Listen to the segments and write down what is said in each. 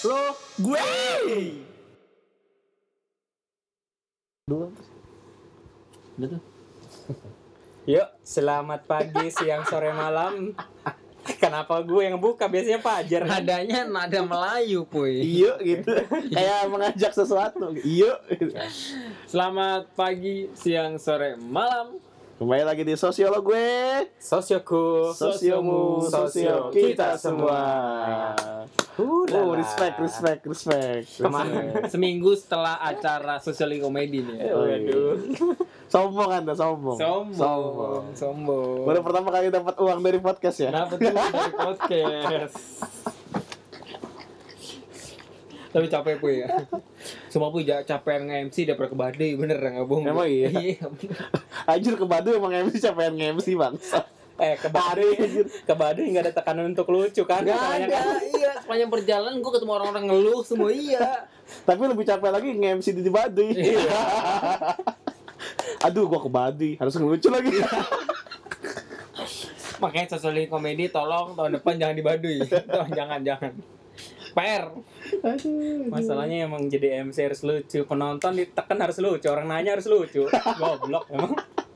Lo gue. Dulu. Udah tuh. Yuk, selamat pagi, siang, sore, malam. Kenapa gue yang buka? Biasanya Fajar. Nadanya nada Melayu, puy. Iyo gitu. Kayak mengajak sesuatu. Iyo gitu. Selamat pagi, siang, sore, malam. Kembali lagi di Sosiolog gue. Sosioku, Sosiomu, sosio kita semua. Respect. Seminggu setelah acara Sosiologi Komedi nih. Waduh. Sombong Anda, sombong. Sombong. Baru pertama kali dapat uang dari podcast ya. Dapat tuh dari podcast. Tapi capek puy ya. Semua puy capek nge-MC daripada ke Badai, bener nggak bohong. Emang iya? Iya. Anjir ke Badu emang MC capean nge-MC bangsa. Ke Baduy nggak ada tekanan untuk lucu kan? Gak Makanya ada, iya. Sepanjang perjalanan gue ketemu orang-orang ngeluh semua, iya. Tapi lebih capek lagi nge-MC di Baduy. Iya. Aduh, gua ke Baduy, harus ngelucu lagi. Makanya Sosiologi Komedi tolong tahun depan jangan di Baduy. Jangan. PR. Masalahnya emang jadi MC harus lucu, penonton ditekan harus lucu, orang nanya harus lucu. Goblok emang.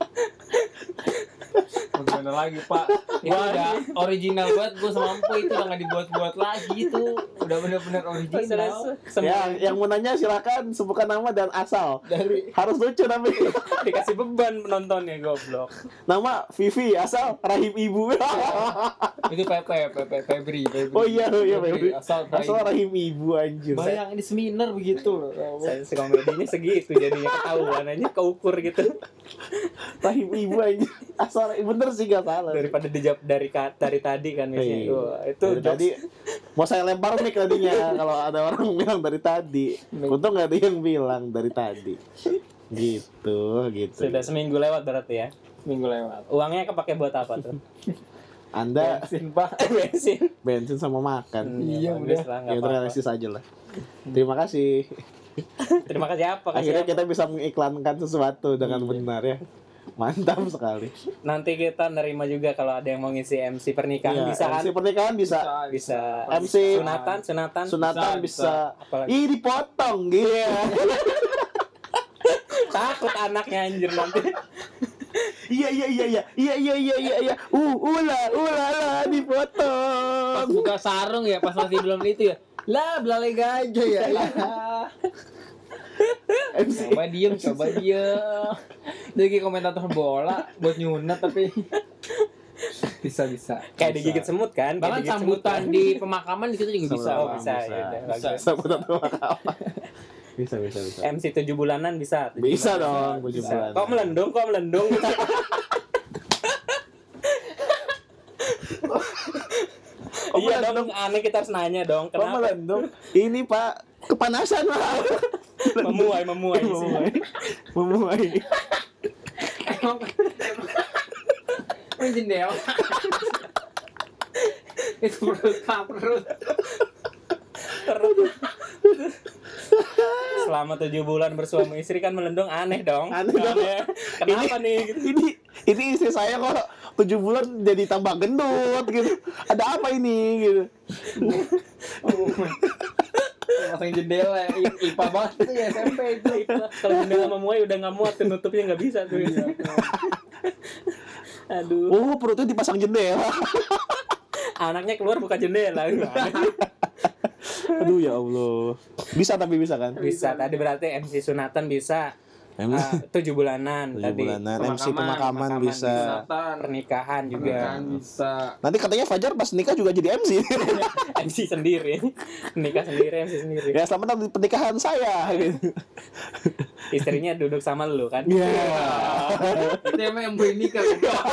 Gimana lagi Pak? Itu udah original banget, gue semampu itu udah gak dibuat-buat lagi itu. Udah bener-bener original. Yang mau nanya silakan sebutkan nama dan asal. Dari Harus lucu tapi. Dikasih beban penontonnya, goblok. Nama Vivi, asal Rahim Ibu. itu Febri. Oh iya Febri. Asal Rahim Ibu anjir. Bayang ini seminar begitu loh. Saya komedinya segitu jadinya ketahuan aja keukur gitu. Rahim Ibu anjir. Asal bener sih gak salah. Daripada dijawab dari tadi kan biasanya. Iya. Wah, itu dari tadi mau saya lempar mic tadinya kalau ada orang bilang dari tadi. Untung gak ada yang bilang dari tadi. Gitu. Sudah seminggu lewat berarti ya. Minggu lewat. Uangnya kepake buat apa tuh? Anda Bensin Pak. Bensin. sama makan. Iya, bagus udah. lah, nggak Ya apa-apa. realistis aja lah. Terima kasih. Terima kasih apa? Akhirnya Kasih apa? kita bisa mengiklankan sesuatu dengan benar ya. Mantap sekali. Nanti kita nerima juga kalau ada yang mau ngisi MC pernikahan Iya, bisa kan? MC pernikahan bisa. Bisa. MC Sunatan bisa. Apalagi? Ih dipotong gitu. Takut anaknya anjir nanti. Iya. Ula dipotong. Pas buka sarung ya, pas masih belum itu ya. Lah, belalai gajah ya. MC. Coba diem. Jadi kayak komentator bola buat nyunat tapi bisa. Kayak digigit semut kan? Kayak Bahkan digigit sambutan semut, kan? di pemakaman di situ juga bisa. Oh, Bang. bisa. Ya, udah, Bisa. bagus. Sambutan pemakaman. Bisa. MC 7 bulanan bisa. Bisa dong, 7 Bisa. bulan. Kok melendung? Iya dong, aneh kita harus nanya dong. Kok Kenapa? melendung? Ini Pak, kepanasan Pak. Memuai. Memuai. Ini jendela. Itu perut. Selama 7 bulan bersuami istri kan melendung aneh dong. Aneh dong. Kenapa nih? Gitu. Ini istri saya kok 7 bulan jadi tambah gendut gitu. Ada apa ini gitu. Pasang jendela, IPA banget tuh ya SMP itu. Kalau jendela memuai udah nggak muat tuh, nutupnya nggak bisa tuh. Aduh. Oh, perutnya dipasang jendela. Anaknya keluar buka jendela. Aduh ya Allah. Bisa kan? Bisa. Tadi berarti MC sunatan bisa. 7 bulanan 7 tadi. bulanan. MC pemakaman bisa. Pernikahan juga. Bisa. Nanti katanya Fajar pas nikah juga jadi MC. MC sendiri. Nikah sendiri, MC sendiri. Ya selamat datang di pernikahan saya gitu. Istrinya duduk sama lu kan? Iya. Itu emang yang boleh nikah.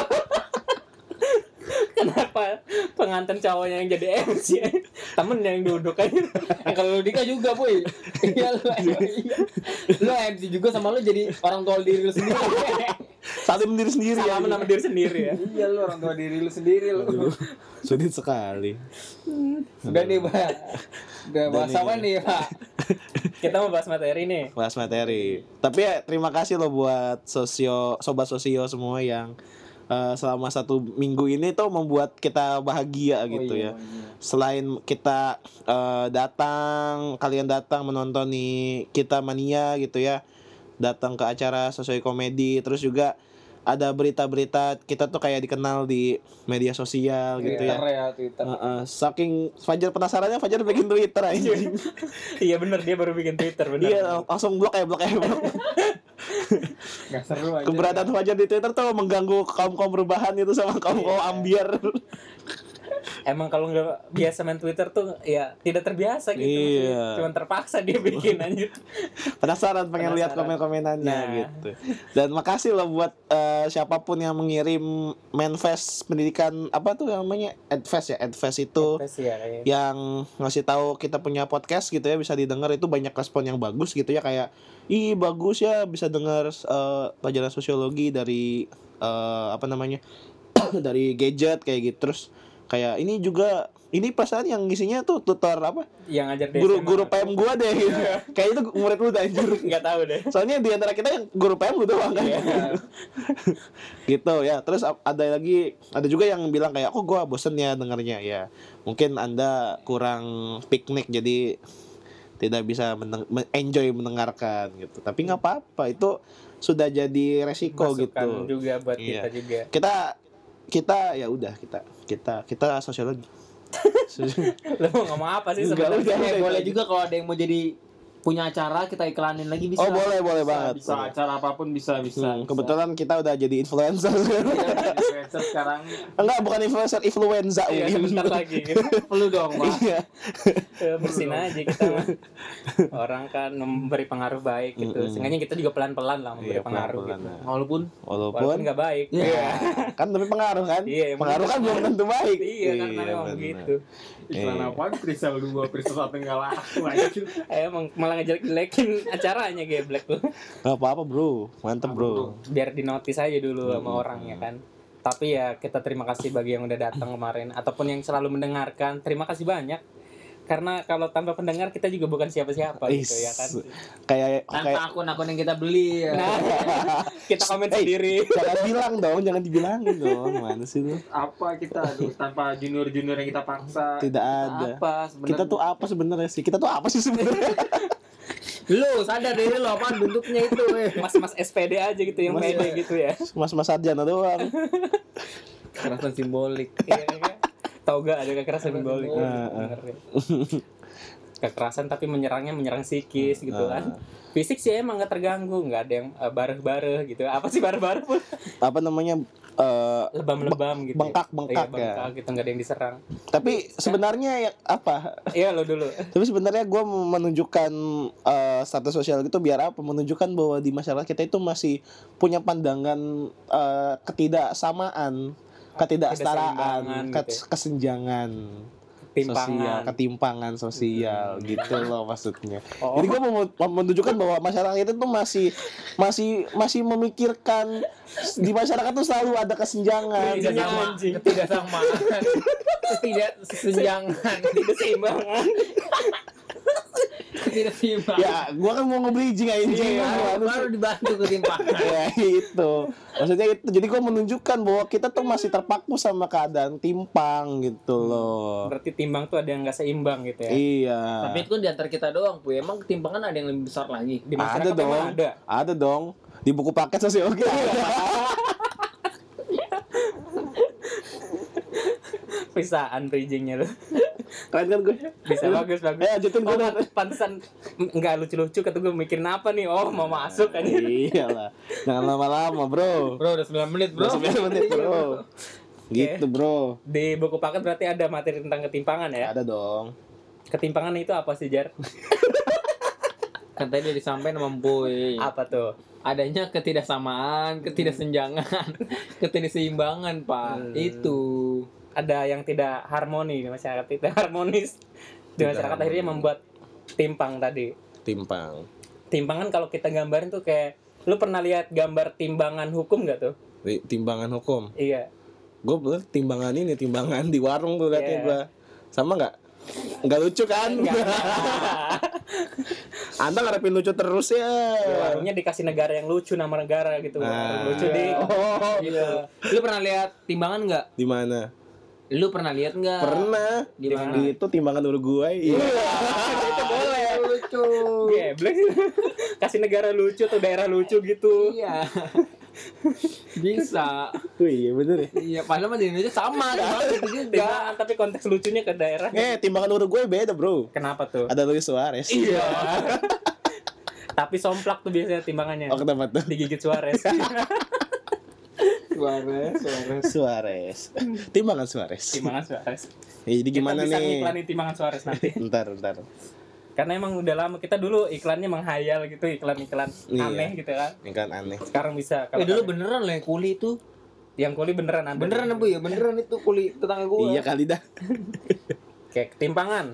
Kenapa pengantin cowoknya yang jadi MC? Temennya yang duduk aja. Kalau nikah juga, boy. Iya lu. Lu MC juga sama lu jadi orang tua diri lu sendiri. Saling diri sendiri ya. Sama nama diri sendiri ya. Iya lu orang tua diri lu sendiri lu. Sulit sekali. Udah nih, Pak. Udah bahas apa nih, Pak? Kita mau bahas materi nih. Bahas materi. Tapi ya terima kasih loh buat sobat sosio semua yang selama 1 minggu ini tuh membuat kita bahagia gitu ya. Selain kita kalian datang menonton kita mania gitu ya, datang ke acara Sesuai Komedi, terus juga ada berita-berita kita tuh kayak dikenal di media sosial gitu ya. Twitter. Saking Fajar penasarannya, Fajar bikin Twitter aja. Iya bener, dia baru bikin Twitter bener. Iya, langsung blok. Gak seru aja. Keberadaan Fajar di Twitter tuh mengganggu kaum perubahan itu sama kaum ambiar. Emang kalau nggak biasa main Twitter tuh ya tidak terbiasa gitu. Iya. Cuman terpaksa dia bikin anjir. Pengen lihat komen-komenannya gitu. Dan makasih loh buat siapapun yang mengirim manifest pendidikan apa tuh namanya Adfest itu yang ngasih tahu kita punya podcast gitu ya, bisa didengar. Itu banyak respon yang bagus gitu ya, kayak ih bagus ya bisa dengar pelajaran sosiologi dari dari gadget kayak gitu. Terus kayak ini perasaan yang isinya tuh tutor yang ngajar guru PM gua deh gitu. Kayak itu murid lu dah anjir. Enggak tahu deh. Soalnya di antara kita yang guru PM lu doang kan. Gitu ya. Terus ada juga yang bilang kayak gua bosen ya dengarnya ya. Mungkin Anda kurang piknik jadi tidak bisa enjoy mendengarkan gitu. Tapi enggak apa-apa, itu sudah jadi resiko masukan gitu. juga buat kita juga. Kita ya udah kita sosiologi. Lo mau ngomong apa sih sebenarnya? Boleh juga kalau ada yang mau jadi punya acara kita iklanin lagi bisa. Oh boleh banget. Bisa acara apapun bisa. Kebetulan kita udah jadi influencer. Influencer sekarang. Enggak, bukan influencer, influenza Iya, ini. bentar lagi gitu. Perlu dong, Pak. Iya. Bersin aja kita mah. Orang kan memberi pengaruh baik gitu. Seenggaknya kita juga pelan-pelan lah memberi pengaruh gitu. Walaupun nggak baik. Iya. Kan tapi pengaruh kan? Iya, pengaruh kan belum tentu baik. Iya, karena memang bener. begitu. Iklan apaan? Prisel 2, Prisel 1 enggak laku aja. Emang malah ngejelek-jelekin acaranya geblek tuh. Enggak apa-apa, Bro. Mantep, Bro. Biar dinotis aja dulu sama orang ya kan. Tapi ya kita terima kasih bagi yang udah datang kemarin ataupun yang selalu mendengarkan. Terima kasih banyak. Karena kalau tanpa pendengar kita juga bukan siapa-siapa gitu ya kan. Kayak tanpa akun-akun yang kita beli ya. Nah, kita komen sendiri. Jangan dibilangin dong. Mana sih lu? Apa kita tanpa junior-junior yang kita paksa. Tidak ada. Apa sebenarnya? Kita tuh apa sebenarnya sih? Kita tuh apa sih sebenarnya? Lu sadar diri lo apaan bentuknya itu Mas-mas SPD aja gitu yang pede gitu ya. Mas-mas sarjana doang. Kekerasan simbolik. Iya kan? Tahu gak ada kekerasan simbolik? Kekerasan tapi menyerang psikis gitu kan. Fisik sih emang gak terganggu, gak ada yang bareh-bareh gitu. Apa sih bareh-bareh pun? Apa namanya? Lebam-lebam gitu. Bengkak ya. ya. Gitu, gak ada yang diserang. Tapi sebenarnya ya apa? Iya lo dulu. Tapi sebenarnya gue menunjukkan status sosial gitu biar apa? Menunjukkan bahwa di masyarakat kita itu masih punya pandangan ketidaksamaan, ketidaksetaraan, gitu. kesenjangan sosial, ketimpangan sosial gitu loh maksudnya. Jadi gue mau menunjukkan bahwa masyarakat itu tuh masih memikirkan di masyarakat tuh selalu ada kesenjangan, ketidaksamaan, ketidaksejangan, ketidakseimbangan. Ya, gua kan mau nge-bridging anjing. Baru dibantu ketimpangan. Ya itu. Maksudnya itu. Jadi gua menunjukkan bahwa kita tuh masih terpaku sama keadaan timpang gitu loh. Berarti timbang tuh ada yang enggak seimbang gitu ya. Iya. Tapi itu kan di antara kita doang, Bu. Emang ketimpangan ada yang lebih besar lagi. Di masyarakat ada dong. Ada dong. Di buku paket sosiologi. Pisaan bridgingnya lu. Keren kan gue? Bisa bagus. Lanjutin gue. Pantesan enggak lucu-lucu kata gue mikirin apa nih? Oh, mau masuk kan. Iyalah. Jangan lama-lama, Bro. Bro, udah 9 menit, Bro. 9 menit, Bro. Gitu, Bro. Di buku paket berarti ada materi tentang ketimpangan ya? Ada dong. Ketimpangan itu apa sih, Jar? Kan tadi disampaikan sama Boy. Apa tuh? Adanya ketidaksamaan, ketidaksenjangan, ketidakseimbangan, Pak. Itu. Ada yang tidak harmoni di masyarakat, tidak harmonis di masyarakat, akhirnya membuat timpang tadi. Timpangan kalau kita gambarin tuh kayak, lu pernah lihat gambar timbangan hukum nggak tuh? Timbangan hukum. Iya. Gue bener timbangan di warung tuh liatnya gue. Sama nggak lucu kan? Anda ngarepin lucu terus ya. Warungnya dikasih negara yang lucu, nama negara gitu. Lucu deh. Oh, gitu. Lu pernah lihat timbangan nggak? Di mana? Lu pernah lihat nggak? Pernah. Di mana? Itu timbangan Uruguay. Iya. Itu boleh. Lucu. Geblek. Kasih negara lucu atau daerah lucu gitu. Iya. Bisa. Iya bener ya. Iya, padahal di Indonesia sama, gitu juga. Timbangan tapi konteks lucunya ke daerah. Timbangan Uruguay beda, Bro. Kenapa tuh? Ada Luis Suarez. Iya. Tapi somplak tuh biasanya timbangannya. Oh, kenapa tuh? Digigit Suarez. Suarez. Timbangan Suarez. Timbangan Suarez. Ya, jadi gimana kita bisa nih? ngiklanin timbangan Suarez nanti. Ntar. Karena emang udah lama kita dulu iklannya menghayal gitu, iklan-iklan aneh gitu kan. Iklan aneh. Sekarang bisa. Dulu beneran loh yang kuli itu. Yang kuli beneran ada. Beneran Bu ya, beneran itu kuli tetangga gua. Iya kali dah. Kayak ketimpangan.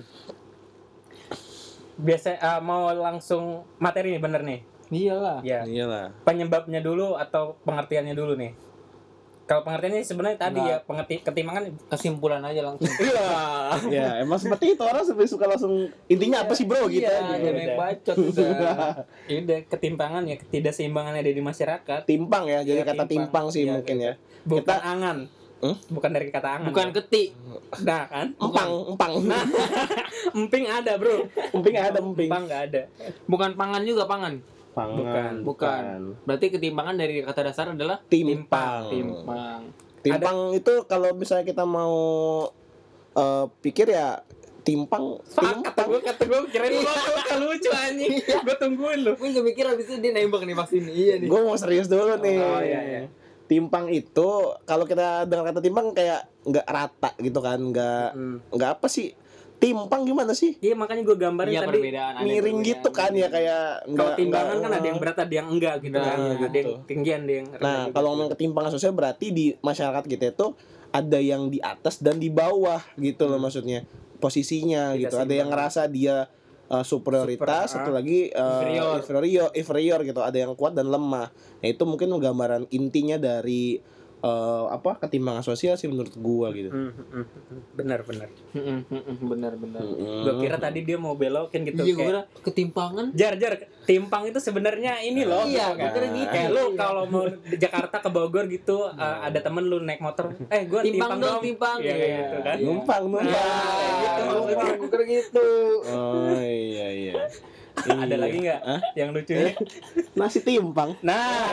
Biasa mau langsung materi nih bener nih. Iyalah. Ya. Iyalah. Penyebabnya dulu atau pengertiannya dulu nih. Kalau pengertiannya sebenarnya tadi ya ketimpangan kesimpulan aja langsung. Iya. Ya, emang seperti itu orang suka langsung intinya apa sih, Bro? Gitu. Iya, jangan bacot udah. Udah ketimpangan ya, ketidakseimbangan yang ada di masyarakat. Timpang ya, jadi Iya, kata timpang sih iya, mungkin gitu. ya. Bukan angan. Bukan dari kata angan. Bukan ya. keti. Nah kan? Empang. Nah, emping ada, Bro. Emping ada, emping. Empang enggak ada. Bukan pangan juga, pangan. Pangan. Bukan. Berarti ketimpangan dari kata dasar adalah Timpang. Timpang itu kalau misalnya kita mau pikir ya timpang. Kata gue kirain lu lucu anjing. Gue tungguin lu. Gue gak mikir abis itu dia nembak nih pas ini. Iya nih. Gue mau serius dulu nih. Oh iya. Timpang itu kalau kita dengar kata timpang kayak nggak rata gitu kan, nggak apa sih? Timpang gimana sih? Iya makanya gue gambarin Iya, tadi perbedaan, ada miring perbedaan. gitu kan ya kayak kalau timbangan kan ada yang berat ada yang enggak gitu kan. Nah, Ada yang tinggi ada yang rendah Nah, juga. kalau ngomong ketimpangan sosial berarti di masyarakat kita itu ada yang di atas dan di bawah gitu loh maksudnya. Posisinya Tidak gitu. Ada yang seimbang. ngerasa dia superioritas, satu lagi inferior gitu. Ada yang kuat dan lemah. Nah, itu mungkin gambaran intinya dari ketimpangan sosial sih menurut gua gitu. Benar. Benar. Gue kira tadi dia mau belokin gitu Iya, gue kayak kira ketimpangan. jar timpang itu sebenarnya ini loh. Iya, gue kira gitu. Kayak lu kalau mau di Jakarta ke Bogor gitu ada temen lu naik motor, gue timpang dong. timpang. Iya kayak gitu kan. Numpang. Gitu. Gue kira gitu. Oh iya. Ada lagi nggak yang lucunya? Nasi timpang. Nah.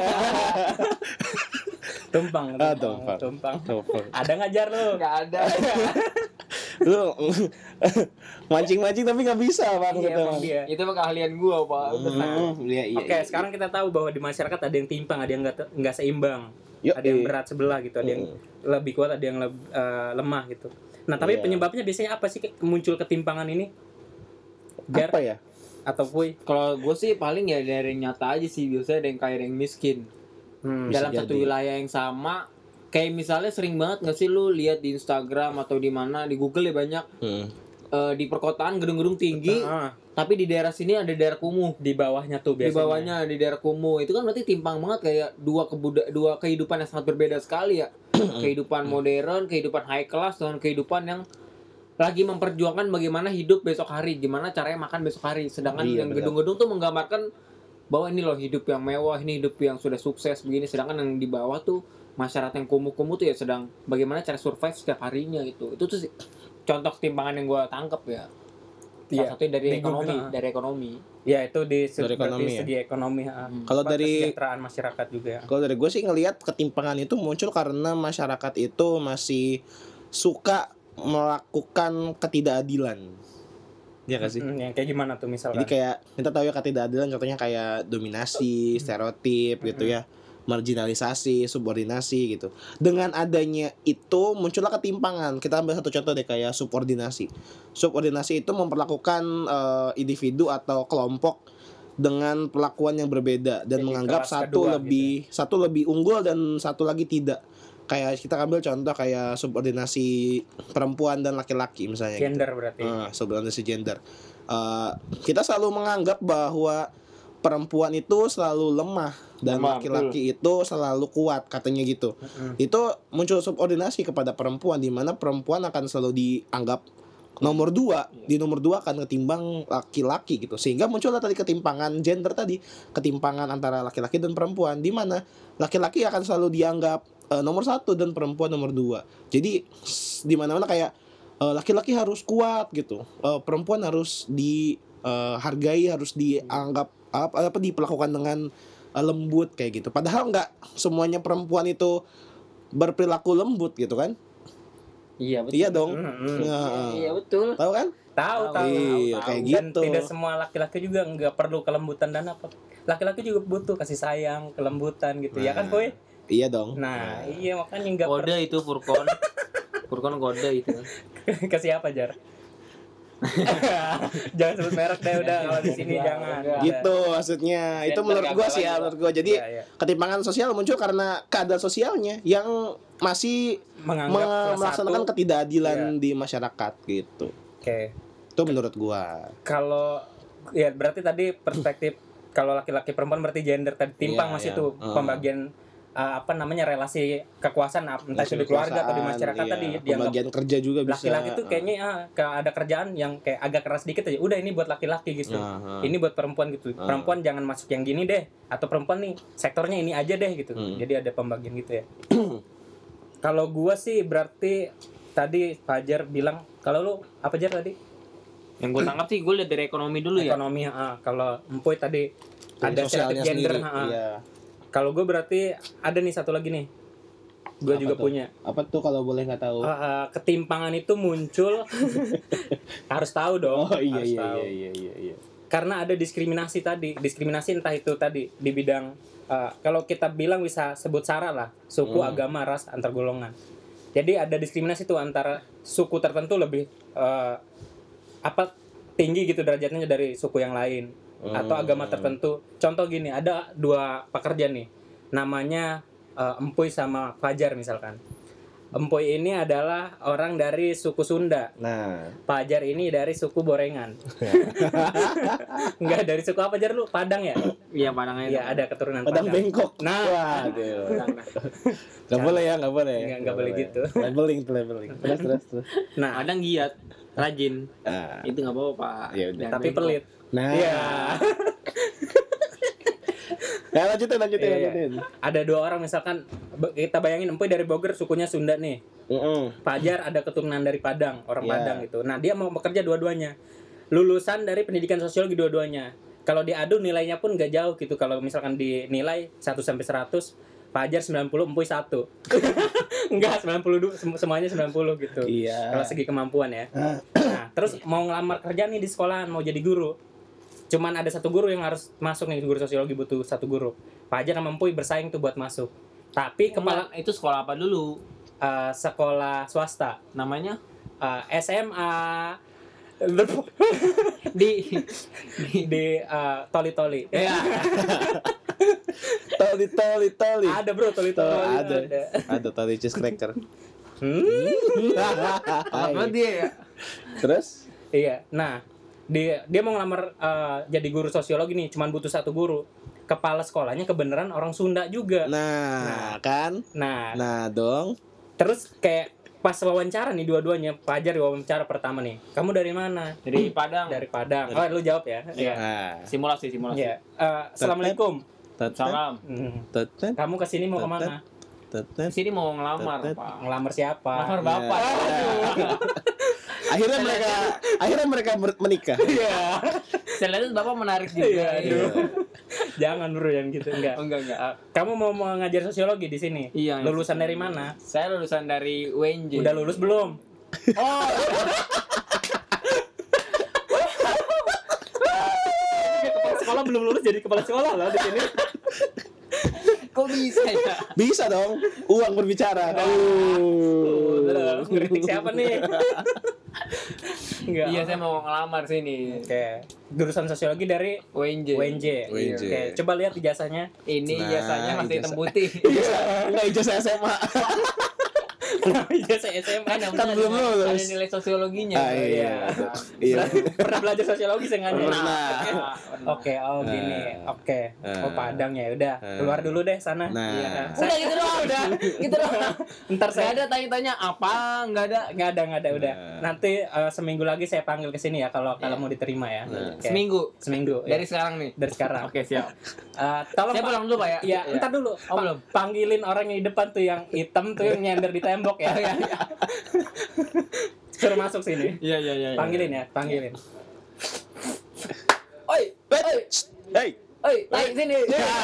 Tumpang. Ada nggak jar lu? Nggak ada. Lu mancing tapi nggak bisa Bang. Iya, emang dia. Itu mah keahlian gua, Pak. Iya. Oke, sekarang kita tahu bahwa di masyarakat ada yang timpang, ada yang nggak seimbang, Yuk, ada yang berat sebelah gitu, ada yang lebih kuat, ada yang lemah gitu. Nah, tapi penyebabnya biasanya apa sih muncul ketimpangan ini? Jar Apa ya? atau Puy? Kalau gue sih paling ya dari yang nyata aja sih, biasanya ada yang kaya ada yang miskin. Dalam Bisa satu jadi. wilayah yang sama, kayak misalnya sering banget nggak sih lu lihat di Instagram atau di mana di Google ya banyak di perkotaan gedung-gedung tinggi, tapi di daerah sini ada daerah kumuh. Di bawahnya tuh biasanya. Di bawahnya di daerah kumuh itu kan berarti timpang banget, kayak dua kehidupan yang sangat berbeda sekali ya. Kehidupan modern, kehidupan high class dengan kehidupan yang lagi memperjuangkan bagaimana hidup besok hari, gimana caranya makan besok hari. Sedangkan Iya, yang benar. gedung-gedung tuh menggambarkan bahwa ini loh hidup yang mewah, ini hidup yang sudah sukses begini. Sedangkan yang di bawah tuh masyarakat yang kumuh-kumuh tuh ya sedang bagaimana cara survive setiap harinya gitu. Itu tuh sih contoh ketimpangan yang gue tangkep ya. Salah satunya dari ekonomi. Ya itu Dari ekonomi ya? segi ekonomi. Kalau dari kesejahteraan masyarakat juga ya. Kalau dari gue sih ngelihat ketimpangan itu muncul karena masyarakat itu masih suka melakukan ketidakadilan. Iya gak sih? Yang kayak gimana tuh misalkan? Jadi kayak kita tahu ya ketidakadilan contohnya kayak dominasi, stereotip gitu ya, marginalisasi, subordinasi gitu. Dengan adanya itu muncullah ketimpangan. Kita ambil satu contoh deh kayak subordinasi. Subordinasi itu memperlakukan individu atau kelompok dengan perlakuan yang berbeda dan Jadi menganggap kelas kedua satu lebih unggul dan satu lagi tidak. Kayak kita ambil contoh kayak subordinasi perempuan dan laki-laki misalnya. Gender berarti. Subordinasi gender. Kita selalu menganggap bahwa perempuan itu selalu lemah dan laki-laki itu selalu kuat katanya gitu. Itu muncul subordinasi kepada perempuan di mana perempuan akan selalu dianggap nomor 2 di nomor 2 kan ketimbang laki-laki gitu. Sehingga muncullah tadi ketimpangan gender tadi, ketimpangan antara laki-laki dan perempuan, di mana laki-laki akan selalu dianggap nomor 1 dan perempuan nomor 2. Jadi di mana-mana kayak laki-laki harus kuat gitu, perempuan harus dihargai, harus dianggap diperlakukan dengan lembut kayak gitu. Padahal nggak semuanya perempuan itu berperilaku lembut gitu kan. Iya betul. Iya dong. Iya betul. Tahu kan? Tahu. Iya, kayak Dan gitu. tidak semua laki-laki juga nggak perlu kelembutan dan apa. Laki-laki juga butuh kasih sayang, kelembutan gitu. Ya kan, Boy? Iya dong. Nah, iya makanya nggak Kode itu Furkon. Furkon kode itu. kasih apa, Jar? Jangan sebut merek deh udah, kalau di sini jangan. Gitu maksudnya. Itu menurut gua sih ya, menurut gua. Jadi Iya. ketimpangan sosial muncul karena keadaan sosialnya yang masih Menganggap melaksanakan satu. ketidakadilan di masyarakat gitu. Oke. Itu menurut gua. Kalau ya berarti tadi perspektif kalau laki-laki perempuan berarti gender tadi timpang Iya, masih iya. tuh pembagian relasi kekuasaan entah itu di keluarga atau di masyarakat iya. tadi dianggap Pembagian kerja juga bisa. laki-laki tuh kayaknya ada kerjaan yang kayak agak keras dikit aja udah ini buat laki-laki gitu, ini buat perempuan gitu, perempuan jangan masuk yang gini deh, atau perempuan nih sektornya ini aja deh gitu. Jadi ada pembagian gitu ya. Kalau gua sih berarti tadi Fajar bilang, kalau lu apa Jar tadi? Yang gue tangkap sih gue lihat dari ekonomi dulu ya. Ekonomi. Kalau Empoy tadi ada sosialnya stereotip gender. sendiri. Iya. Kalau gue berarti ada nih satu lagi nih. Gue juga tuh? punya. Apa tuh kalau boleh nggak tahu? Ketimpangan itu muncul harus tahu dong. Oh iya harus iya, tahu. iya. Karena ada diskriminasi tadi. Diskriminasi entah itu tadi di bidang kalau kita bilang bisa sebut sara lah, suku, agama, ras, antar golongan. Jadi ada diskriminasi tuh antara suku tertentu lebih tinggi gitu derajatnya dari suku yang lain. Atau agama tertentu. Contoh gini, ada 2 pekerja nih. Namanya Empuy sama Fajar misalkan. Empuy ini adalah orang dari suku Sunda. Nah, Fajar ini dari suku Borengan. Enggak, dari suku apa Jar lu? Padang ya? Iya Padangnya. Iya, ada keturunan Padang Bengkok. Nah, Waduh. Gak boleh ya, gak boleh. Nggak boleh gitu. Labeling. Terus. nah, Padang giat, rajin. Ah. Itu nggak apa-apa Pak. Ya udah. tapi pelit. Nah. Iya. Ya lanjutin. Iya. Ada 2 orang misalkan kita bayangin Empuy dari Bogor, sukunya Sunda nih. Fajar ada keturunan dari Padang, orang Padang gitu. Nah, dia mau bekerja dua-duanya. Lulusan dari pendidikan sosiologi dua-duanya. Kalau diadu nilainya pun gak jauh gitu. Kalau misalkan dinilai 1 sampai 100, Fajar 90, Empuy 1. Enggak, 92, semuanya 90 gitu. Iya. Kalau segi kemampuan ya. Nah, terus mau ngelamar kerja nih di sekolahan, mau jadi guru. Cuman ada 1 guru yang harus masuk nih, guru sosiologi butuh 1 guru. Fajar sama Empuy bersaing tuh buat masuk. Tapi kepala itu sekolah apa dulu? sekolah swasta. Namanya SMA di Toli-Toli. ya. Toli. Ada bro, Toli-Toli. Ada tali cheese cracker. Apa dia ya? Terus? Iya. Nah, dia mau ngelamar jadi guru sosiologi nih, cuman butuh 1 guru. Kepala sekolahnya kebenaran orang Sunda juga. Nah, kan? Nah, Dong. terus kayak pas wawancara nih dua-duanya, Fajar diwawancara pertama nih. Kamu dari mana? Dari Padang. Dari Padang. Oh, lu jawab ya. Iya. Nah. Simulasi. Iya. Assalamualaikum. Salam. Kamu kesini mau kemana? Di sini mau ngelamar, Pak. Ngelamar siapa? Ngelamar Bapak. Akhirnya mereka menikah. Iya. Saya lihat Bapak menarik juga. Iya, aduh. Jangan bro yang gitu, enggak. Enggak. Kamu mau ngajar sosiologi di sini? Iya. Lulusan dari mana? Saya lulusan dari UNJ. Udah lulus belum? Oh. Kepala sekolah belum lulus jadi kepala sekolah loh di sini. Kok bisa ya? Bisa dong. Uang berbicara. Ngeritik siapa nih? Enggak. Iya, saya mau ngelamar sini. Oke. Jurusan sosiologi dari UNJ. Oke, coba lihat ijazahnya. Ini Nah, ijazahnya masih hitam ijazah. putih. Enggak ijazah SMA. ijazah SMA Kan belum lulus. Ada nilai sosiologinya. Iya. Pernah belajar sosiologi sengaja. Pernah. Oke, gini. Oke. Padang ya udah. Keluar dulu deh sana. Nah. Udah gitu doang. Udah. Gitu doang. Ntar Nggak saya ada tanya-tanya apa, nggak ada. nggak ada udah. Nanti seminggu lagi saya panggil ke sini ya kalau mau diterima ya. Oke. Seminggu. Ya. Dari sekarang nih. Dari sekarang. Oke, siap. Tolong Saya pulang dulu, Pak ya. Iya, entar dulu. Belum. Panggilin orang yang di depan tuh yang hitam tuh yang nyender di tembok ya. Suruh masuk sini. Iya. Panggilin ya, panggilin. Oi, Hey. naik sini.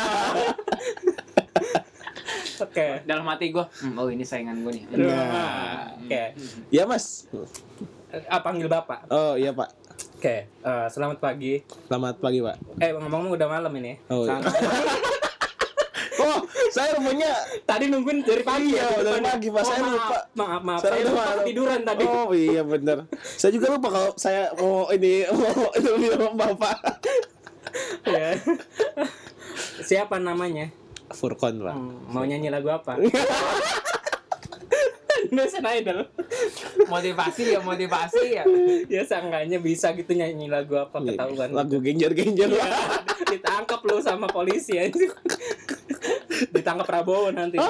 Oke. Dalam hati gue, oh ini saingan gue nih. Oke. Ya, Mas. Panggil Bapak. Oh, iya, Pak. Oke, selamat pagi. Selamat pagi, Pak. Ngomong-ngomong udah malam ini. Oh, iya. Oh, saya rupanya Tadi nungguin dari pagi iya, ya. dari pagi, Pak. Saya lupa. Maaf. Saya Saya udah lupa malam. tiduran tadi. Oh iya bener. Saya juga lupa kalau saya mau itu bilang Bapak. Ya. Siapa namanya? Furkon, Pak. Mau nyanyi lagu apa? Indonesian Idol. Motivasi ya. Ya seenggaknya bisa gitu nyanyi lagu apa ketahuan. Lagu genjer-genjer. Iya, ditangkap lu sama polisi aja. Ditangkap Prabowo nanti.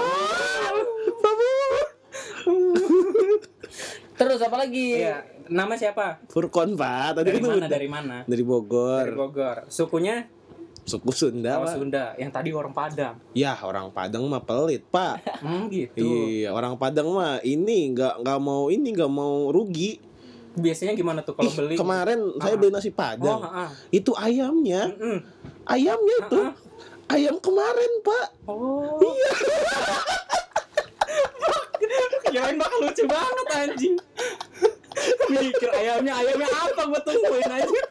Terus apa lagi? Iya, nama siapa? Furkon, Pak. Tadi Dari itu mana? udah. Dari mana? Dari Bogor. Dari Bogor. Sukunya Suku Sunda, Pak. Sunda. Yang tadi orang Padang. Ya, orang Padang mah pelit, Pak. Gitu. Iya, orang Padang mah ini nggak mau rugi. Biasanya gimana tuh kalau beli? Kemarin saya beli nasi Padang. Itu ayamnya. Mm-mm. Ayamnya itu. Ayam kemarin, Pak. Oh. Iya. Kirain bakal lucu banget anjing. Mikir ayamnya apa gua tungguin aja.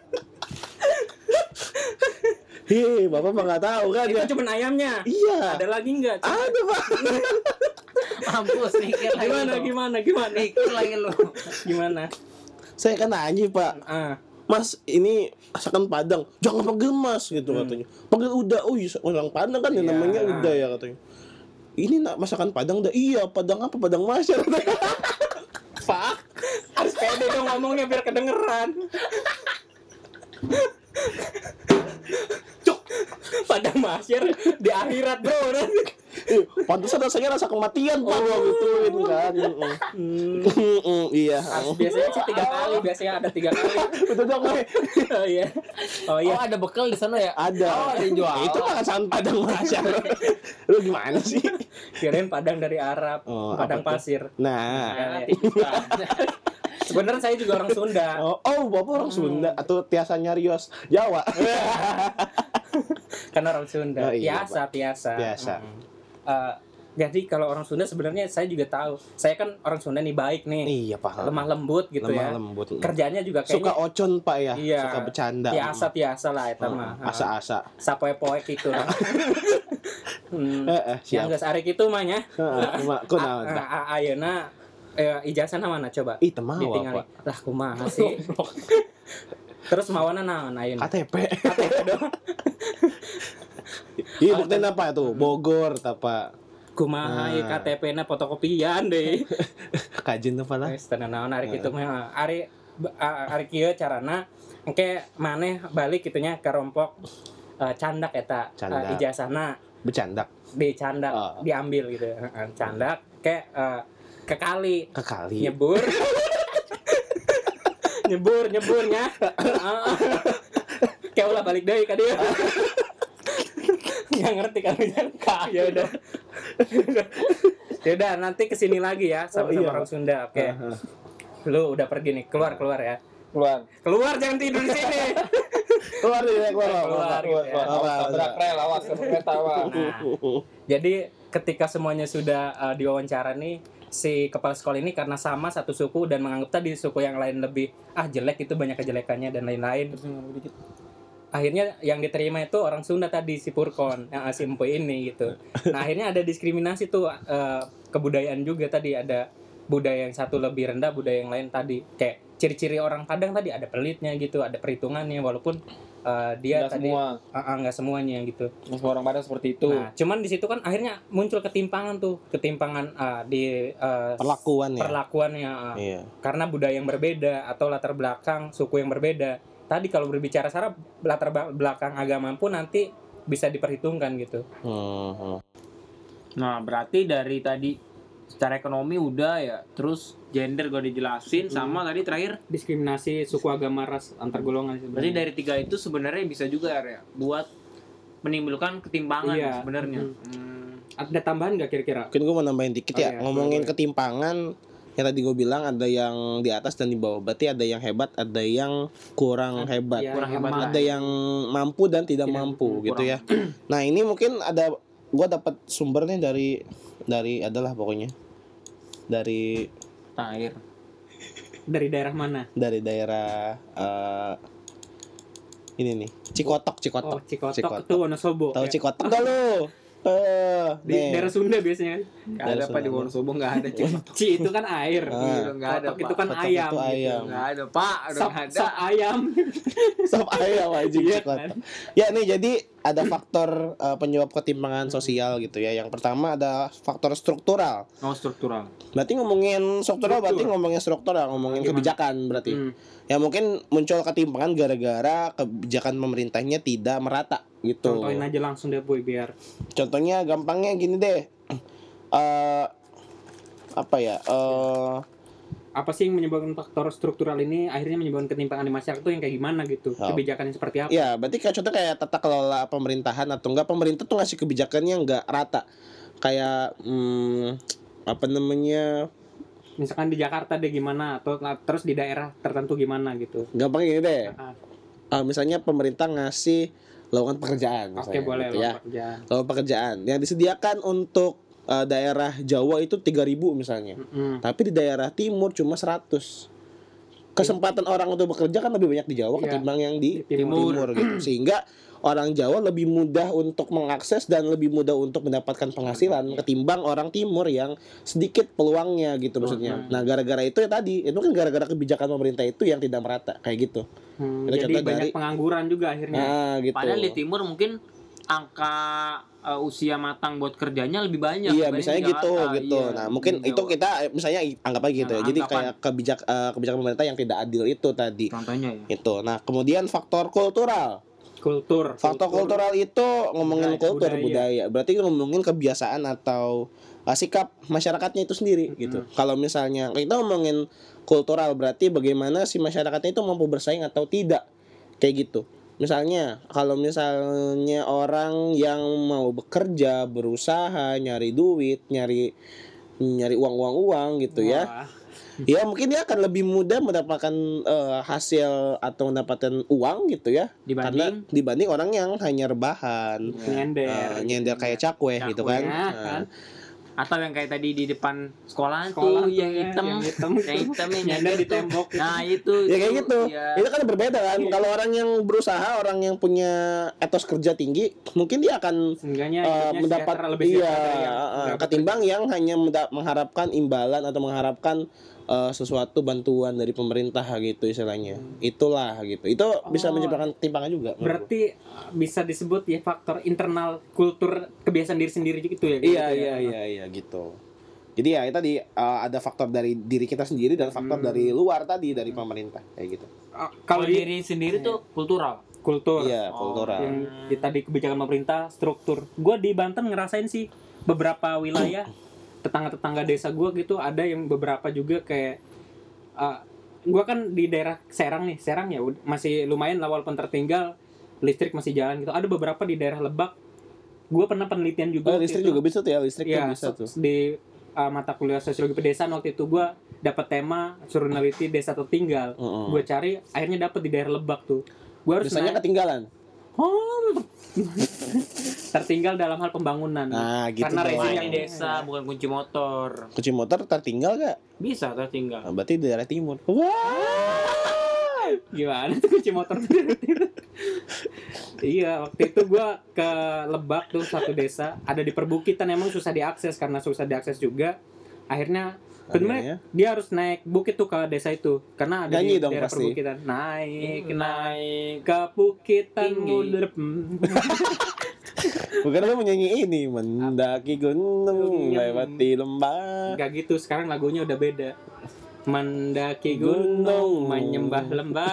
Hei, Bapak mah nggak tahu kan ya? Itu cuma ayamnya. Iya. Ada lagi enggak? Ada, Pak. Mampus mikir lagi. Gimana? Mikir lagi lu. Gimana? Saya kan nanya, Pak. Mas, ini masakan Padang. Jangan panggil Mas gitu katanya. Panggil Uda. Oh, iya, orang Padang kan ya namanya Uda ya katanya. Ini masakan Padang dah. Iya, Padang apa? Padang Mas ya katanya. Pak, harus pede dong ngomongnya biar kedengeran. Cuk, Padang Masyar di akhirat bro. Pantesan rasanya rasa kematian, Pak. Gituin kan. Iya. Biasanya sih 3 kali, biasanya ada 3 kali. Betul dong, Pak. Oh iya. Oh, ada bekal di sana ya? Ada. Oh, ada yang jual. Itu masakan Padang Mas ya. Lu gimana sih? Kirain Padang dari Arab, Padang apa tuh? pasir. Nah. Sebenarnya saya juga orang Sunda. Bapak orang Sunda atau tiasanya Rios Jawa? Kan orang Sunda. Oh, iya, Biasa. Jadi kalau orang Sunda sebenarnya saya juga tahu. Saya kan orang Sunda nih baik nih. Iya, paham. Lemah lembut gitu ya. Lembut. Kerjanya juga kayaknya Suka ocon, Pak ya. iya, Suka bercanda. Tiasa lah eta mah. Asa-asa. Sapoe-poe gitu lah. Yang Siap. geus arek kitu mah nya. Kunaon? Ayeuna ijazahna mana coba? Ih, teu mau, Ditinggali. Pak. Lah kumaha sih? Terus mawana naon ayeuna? KTP. KTP doang. Iya, buktinya apa tuh? Bogor, apa? Kumaha ieu KTP-na fotokopian deui. Kajin apa lah? Wes tenan naon ari kitu mah. Ari kieu carana engke maneh balik kitunya ke rompok candak eta ijazahna. Bercandak. Dicandak, diambil gitu. Candak ke kali. Nyebur. Nyeburnya. Kayak ulah balik deui ka dieu. Nggak ngerti kan ya udah. Ya udah nanti kesini lagi ya sama orang Sunda. Oke. Lu udah pergi nih, keluar ya. Keluar jangan tidur di sini. Keluar. Tabrak rel, awas kereta. Jadi ketika semuanya sudah diwawancara nih, si kepala sekolah ini karena sama satu suku dan menganggap tadi suku yang lain lebih jelek, itu banyak kejelekannya dan lain-lain. Akhirnya yang diterima itu orang Sunda tadi, si Furkon, yang si Empu ini gitu. Nah akhirnya ada diskriminasi tuh, kebudayaan juga tadi, ada budaya yang satu lebih rendah, budaya yang lain tadi kayak ciri-ciri orang Padang tadi ada pelitnya gitu, ada perhitungannya walaupun dia Nggak tadi semua. nggak semuanya gitu. Nggak semua orang Padang seperti itu. Nah, cuman di situ kan akhirnya muncul ketimpangan di perlakuannya Iya. karena budaya yang berbeda atau latar belakang suku yang berbeda. Tadi kalau berbicara secara latar belakang agama pun nanti bisa diperhitungkan gitu. Nah, berarti dari tadi secara ekonomi udah ya, terus gender gue dijelasin, sama tadi terakhir Diskriminasi suku, agama, ras antar golongan berarti sebenarnya. dari 3 itu sebenarnya bisa juga ya buat menimbulkan ketimpangan Iya. sebenarnya. Ada tambahan nggak kira-kira? Mungkin gue mau nambahin dikit Oh, ya. iya, Ngomongin boleh. ketimpangan, yang tadi gue bilang ada yang di atas dan di bawah. Berarti ada yang hebat, ada yang kurang hebat. Ya, Kurang hebat lemah. Ada yang mampu dan tidak mampu gitu ya. Nah, ini mungkin ada gue dapat sumbernya dari adalah pokoknya dari Air. Dari daerah mana? dari daerah ini nih, Cikotok. Oh, Cikotok itu Wonosobo. Tahu ya. Cikotok gak lu? Di daerah Sunda biasanya kan. Nggak ada apa di Wonosobo, nggak ada Cikotok. Ci itu kan air. Nggak ada, Kotok itu Pak. kan Kotok ayam. itu ayam. Nggak ada Pak, udah Sop, nggak ada. sop ayam. Sop ayam aja Iya Cikotok. kan? Ya nih, jadi ada faktor penyebab ketimpangan sosial gitu ya. Yang pertama ada faktor struktural. Oh, struktural. Berarti ngomongin struktural, berarti ngomongin struktural, ngomongin Gimana? kebijakan berarti. Ya mungkin muncul ketimpangan gara-gara kebijakan pemerintahnya tidak merata gitu. Contohin aja langsung deh Boy biar. Contohnya gampangnya gini deh. Apa ya? Apa sih yang menyebabkan faktor struktural ini akhirnya menyebabkan ketimpangan di masyarakat itu yang kayak gimana gitu? Oh. Kebijakan yang seperti apa? Ya, berarti kayak contoh kayak tata kelola pemerintahan atau enggak, pemerintah tuh ngasih kebijakannya enggak rata. Kayak apa namanya? Misalkan di Jakarta deh gimana atau terus di daerah tertentu gimana gitu. Gampang gini deh. Ah. Misalnya pemerintah ngasih lowongan pekerjaan Oke, misalnya, boleh gitu loh ya. pekerjaan. Lowongan pekerjaan yang disediakan untuk daerah Jawa itu 3.000 misalnya. Tapi di daerah timur cuma 100. Kesempatan orang untuk bekerja kan lebih banyak di Jawa Iya. ketimbang yang di Timur. timur gitu. Sehingga orang Jawa lebih mudah untuk mengakses dan lebih mudah untuk mendapatkan penghasilan ketimbang orang timur yang sedikit peluangnya gitu maksudnya. Nah, gara-gara itu ya tadi, itu kan gara-gara kebijakan pemerintah itu yang tidak merata kayak gitu. Itu Jadi contoh banyak dari- pengangguran juga akhirnya. Nah, gitu. Padahal di timur mungkin angka usia matang buat kerjanya lebih banyak. Iya, dibanding misalnya di gitu Jakarta. gitu. Iya, Nah, mungkin di itu Jawa. kita misalnya anggap aja gitu ya. Nah, Jadi anggapan. kayak kebijakan pemerintah yang tidak adil itu tadi. Contohnya ya. Itu. Nah, kemudian faktor kultural. Faktor kultural itu ngomongin kultur budaya. Berarti ngomongin kebiasaan atau sikap masyarakatnya itu sendiri gitu. Kalau misalnya kita ngomongin kultural berarti bagaimana si masyarakatnya itu mampu bersaing atau tidak. Kayak gitu. Misalnya kalau misalnya orang yang mau bekerja, berusaha, nyari duit, nyari uang gitu ya. Wah. Ya mungkin dia akan lebih mudah mendapatkan hasil atau mendapatkan uang gitu ya, dibanding orang yang hanya rebahan, nyender kayak cakwe gitu kan. Kan. Atau yang kayak tadi di depan sekolah tuh yang hitam yang nyender di tembok. Nah, itu Ya kayak gitu. ya. Itu kan berbeda kan. Kalau orang yang berusaha, orang yang punya etos kerja tinggi, mungkin dia akan mendapat ketimbang yang hanya mengharapkan imbalan atau mengharapkan sesuatu bantuan dari pemerintah gitu istilahnya. Itulah gitu. Itu bisa menyebabkan timpangan juga. Berarti bisa disebut ya faktor internal kultur kebiasaan diri sendiri gitu ya. Iya gitu. Jadi ya tadi ada faktor dari diri kita sendiri dan faktor dari luar tadi dari pemerintah kayak gitu. Kalau diri sendiri tuh kultural. Iya, kultural. Yang tadi kebijakan pemerintah, struktur. Gue di Banten ngerasain sih beberapa wilayah tetangga-tetangga desa gue gitu ada yang beberapa juga kayak gue kan di daerah Serang ya masih lumayan lah walaupun tertinggal, listrik masih jalan gitu. Ada beberapa di daerah Lebak gue pernah penelitian juga listrik juga bisa tuh ya, listrik ya, bisa tuh di mata kuliah sosiologi pedesaan waktu itu gue dapat tema suruh neliti desa tertinggal. Gue cari akhirnya dapat di daerah Lebak tuh. Gue harus biasanya ketinggalan. Tertinggal dalam hal pembangunan. Nah, gitu. Karena rezim yang desa bukan kunci motor. Kunci motor tertinggal gak? Bisa tertinggal. Nah, berarti di daerah timur. Wah. Gimana tuh kunci motor? Iya, waktu itu gue ke Lebak tuh satu desa, ada di perbukitan, emang susah diakses karena susah diakses juga. akhirnya sebenarnya dia harus naik bukit tuh ke desa itu karena ada Nyanyi di dong daerah pasti. perbukitan. Naik ke bukit mundur. Bukan lu menyanyi ini mendaki gunung lewati lembah. Enggak gitu, sekarang lagunya udah beda. Mendaki gunung, menyembah lembah.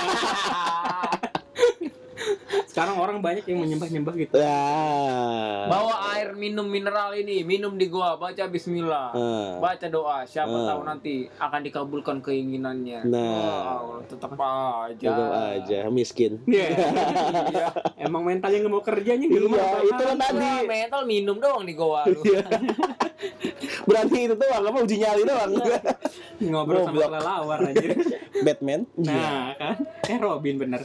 Sekarang orang banyak yang menyembah-nyembah gitu. Bawa air minum mineral ini, minum di gua, baca bismillah. Baca doa, siapa tahu nanti akan dikabulkan keinginannya. Nah, tetap aja. Tetap aja miskin. Iya. Emang mentalnya nggak mau kerjanya di rumah. Iya, itu kan tadi. Mental minum doang di gua lu. Berarti itu doang, apa uji nyali doang. Ngobrol sama kelelawar aja. Batman. Nah, kan? Robin bener.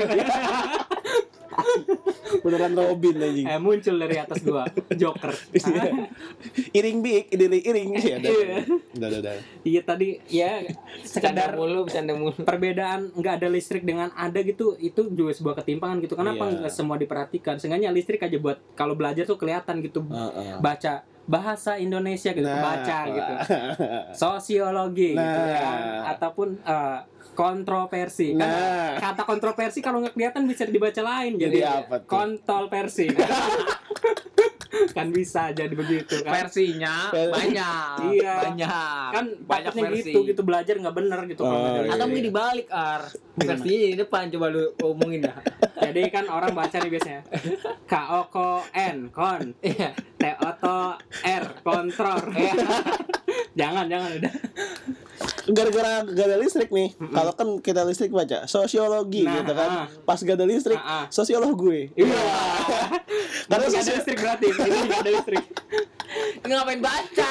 Beneran Robin anjing. Muncul dari atas gua, Joker. Iring big, iring. Ya, udah. Iya tadi ya sekedar bercanda mulu. perbedaan nggak ada listrik dengan ada gitu, itu juga sebuah ketimpangan gitu. Kenapa nggak semua diperhatikan? Seenggaknya listrik aja buat kalau belajar tuh kelihatan gitu. Baca bahasa Indonesia gitu, baca gitu. Sosiologi gitu ya. Ataupun kontroversi. Kan kata kontroversi kalau nggak kelihatan bisa dibaca lain. Jadi apa tuh? kontolversi. Kan bisa jadi begitu kan. Versinya banyak. Iya. Banyak. Kan banyak versi versi. gitu belajar nggak bener gitu kalau nggak ada Atau listrik. mungkin dibalik versinya di depan, coba lu omongin dah. Jadi kan orang baca nih biasanya KOKN kon Iya. TOTR kontrol. Jangan udah. Gara-gara gak ada listrik nih. Kalau kan kita listrik baca sosiologi gitu kan. Pas gak ada listrik, sosiolog gue. Iya. Karena Nggak ada listrik berarti. Ini nggak ada listrik. Ngapain baca?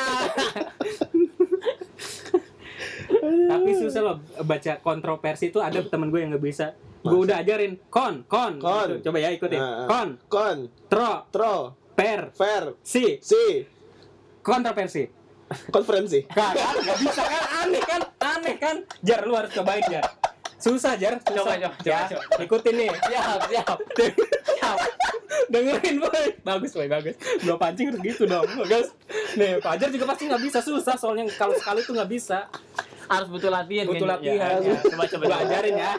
Tapi susah loh baca kontroversi itu, ada temen gue yang nggak bisa. Gue udah ajarin kon. Gitu. Coba ya ikutin. Kon. Tro. Per. Si. Kontroversi. Konferensi. Kan nggak bisa kan, aneh kan. Jar, lu harus cobain Jar. Susah Jar. Coba. Ikutin nih. Siap. Dengerin boy. Bagus. Gua pancing harus gitu dong. Bagus. Nih, Fajar juga pasti nggak bisa, susah soalnya kalau sekali tuh nggak bisa. Harus butuh latihan. Butuh kayaknya. latihan. Ya. Coba. Gua ajarin ya.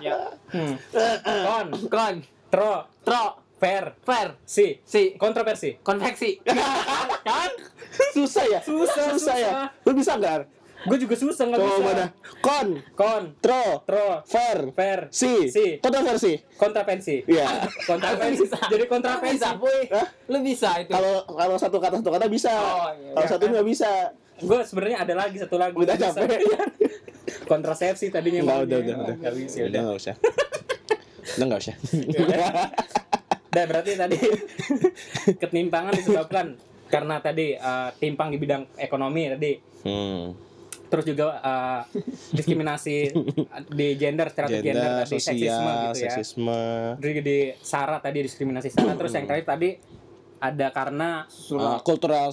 Kon. Tro. Per. Si. Kontroversi. Konveksi. Kan? Susah ya? Susah. Ya? Lu bisa gak? Gue juga susah nggak Coba bisa. mana? Kon. Tro. Per. Si. Kontroversi. Kontravensi. Iya. Kontravensi. Jadi kontravensi. Bisa, boy. Lu bisa itu. Kalau satu kata bisa. Iya. Kalau satu nggak bisa. Gue sebenarnya ada lagi satu lagu. Udah capek. Kontrasepsi tadinya. Udah. Nggak bisa. Udah nggak usah. Udah berarti tadi ketimpangan disebabkan karena tadi timpang di bidang ekonomi tadi. Terus juga diskriminasi di gender, stereotip gender tadi, seksisme. Terus di SARA tadi diskriminasi SARA. Terus yang terakhir tadi ada karena kultural.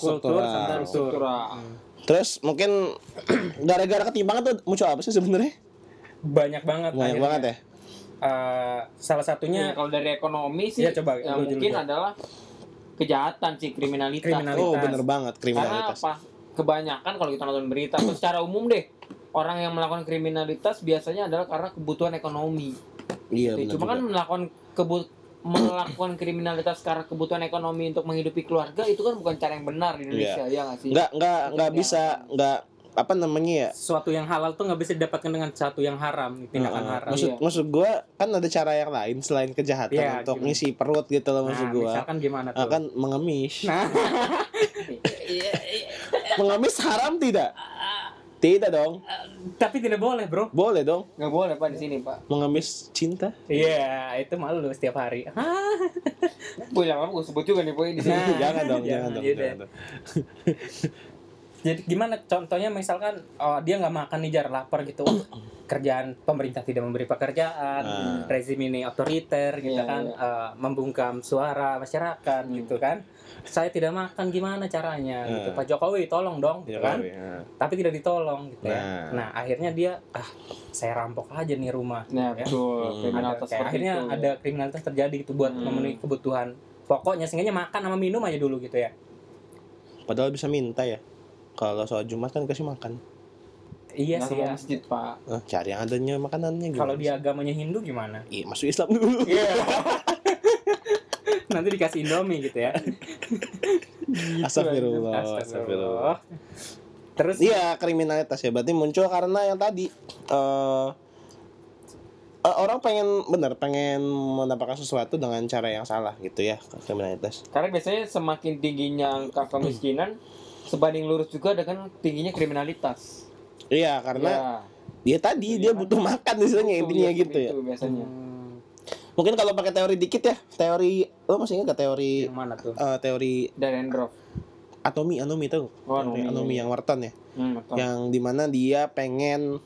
Terus mungkin gara-gara ketimpangan tuh muncul apa sih sebenarnya? Banyak banget ya. Salah satunya kalau dari ekonomi sih coba, mungkin adalah kejahatan sih, kriminalitas. Oh bener banget, kriminalitas. Karena apa? Kebanyakan kalau kita nonton berita atau secara umum deh, orang yang melakukan kriminalitas biasanya adalah karena kebutuhan ekonomi. Iya benar. Cuma kan melakukan kriminalitas karena kebutuhan ekonomi untuk menghidupi keluarga itu kan bukan cara yang benar di Indonesia, ya nggak sih? Nggak bisa, apa namanya ya? Sesuatu yang halal tuh nggak bisa didapatkan dengan sesuatu yang haram, tindakan haram. Maksud gue kan ada cara yang lain selain kejahatan untuk ngisi perut gitu loh, maksud gue. Misalkan gimana tuh? Kan mengemis. Mengemis haram tidak? Tidak dong. Tapi tidak boleh, bro. Boleh dong. Nggak boleh Pak di sini Pak. Mengemis cinta? Iya, itu malu lu setiap hari. Boy, jangan gue sebut juga nih Boy di sini. Jangan dong. Jadi gimana contohnya misalkan dia nggak makan nih Jar, lapar gitu, kerjaan pemerintah tidak memberi pekerjaan, rezim ini otoriter gitu kan, membungkam suara masyarakat gitu kan. Saya tidak makan, gimana caranya gitu. Pak Jokowi tolong dong gitu kan. Tapi tidak ditolong gitu ya. Nah, akhirnya dia saya rampok aja nih rumah. Nah, betul. Akhirnya ada kriminalitas terjadi gitu buat memenuhi kebutuhan pokoknya, sehingga makan sama minum aja dulu gitu ya. Padahal bisa minta ya. Kalau sholat Jumat kan kasih makan. Iya Nggak sih sama ya. masjid, Pak. Cari yang adanya makanannya gimana? Kalau di agamanya Hindu gimana? Iya, masuk Islam dulu. Iya. Nanti dikasih Indomie gitu ya. Astagfirullah. Astagfirullah. Terus Iya, kriminalitas ya. Berarti muncul karena yang tadi orang pengen mendapatkan sesuatu dengan cara yang salah gitu ya, kriminalitas. Karena biasanya semakin tingginya angka kemiskinan, sebanding lurus juga dengan tingginya kriminalitas. Iya, karena dia butuh makan istilahnya, intinya gitu ya. Itu biasanya. Mungkin kalau pakai teori dikit ya, teori lo masih ingat gak teori yang mana tuh? teori Dahrendorf. Anomi tuh. Oh, Teori Anomi. Anomi yang Wharton ya. Betul. Yang dimana dia pengen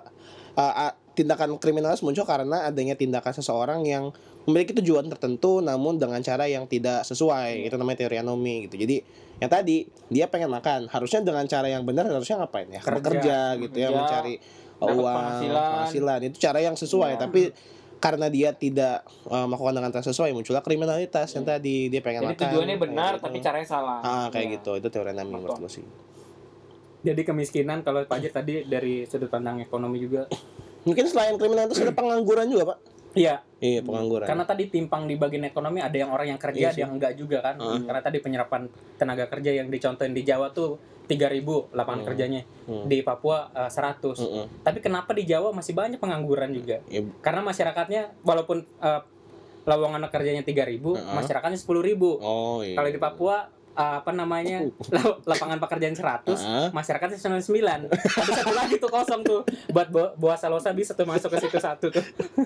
tindakan kriminalis muncul karena adanya tindakan seseorang yang memiliki tujuan tertentu namun dengan cara yang tidak sesuai. Itu namanya teori Anomi gitu. Jadi yang tadi dia pengen makan, harusnya dengan cara yang benar, harusnya ngapain ya? Kerja gitu ya, mencari dapat uang, penghasilan. itu cara yang sesuai. Tapi karena dia tidak melakukan dengan cara sesuai, muncullah kriminalitas yang tadi dia pengen Jadi makan. tujuannya benar gitu. tapi caranya salah. Kayak gitu. Itu teori Anomi menurut gue sih. Jadi kemiskinan kalau Pak Ajit tadi dari sudut pandang ekonomi juga. Mungkin selain kriminalitas ada pengangguran juga, Pak. Iya. Iya, pengangguran. Karena tadi timpang di bagian ekonomi, ada yang orang yang kerja, ada yang enggak juga kan. Karena tadi penyerapan tenaga kerja yang dicontohin di Jawa tuh 3.000 lapangan kerjanya. Di Papua 100. Tapi kenapa di Jawa masih banyak pengangguran juga? Karena masyarakatnya walaupun lowongan kerjanya 3.000, masyarakatnya 10.000. Oh iya. Kalau di Papua lapangan pekerjaan 100, masyarakatnya 99. Ada satu lagi tuh kosong tuh buat Boa Salosa bisa tuh masuk ke situ satu tuh.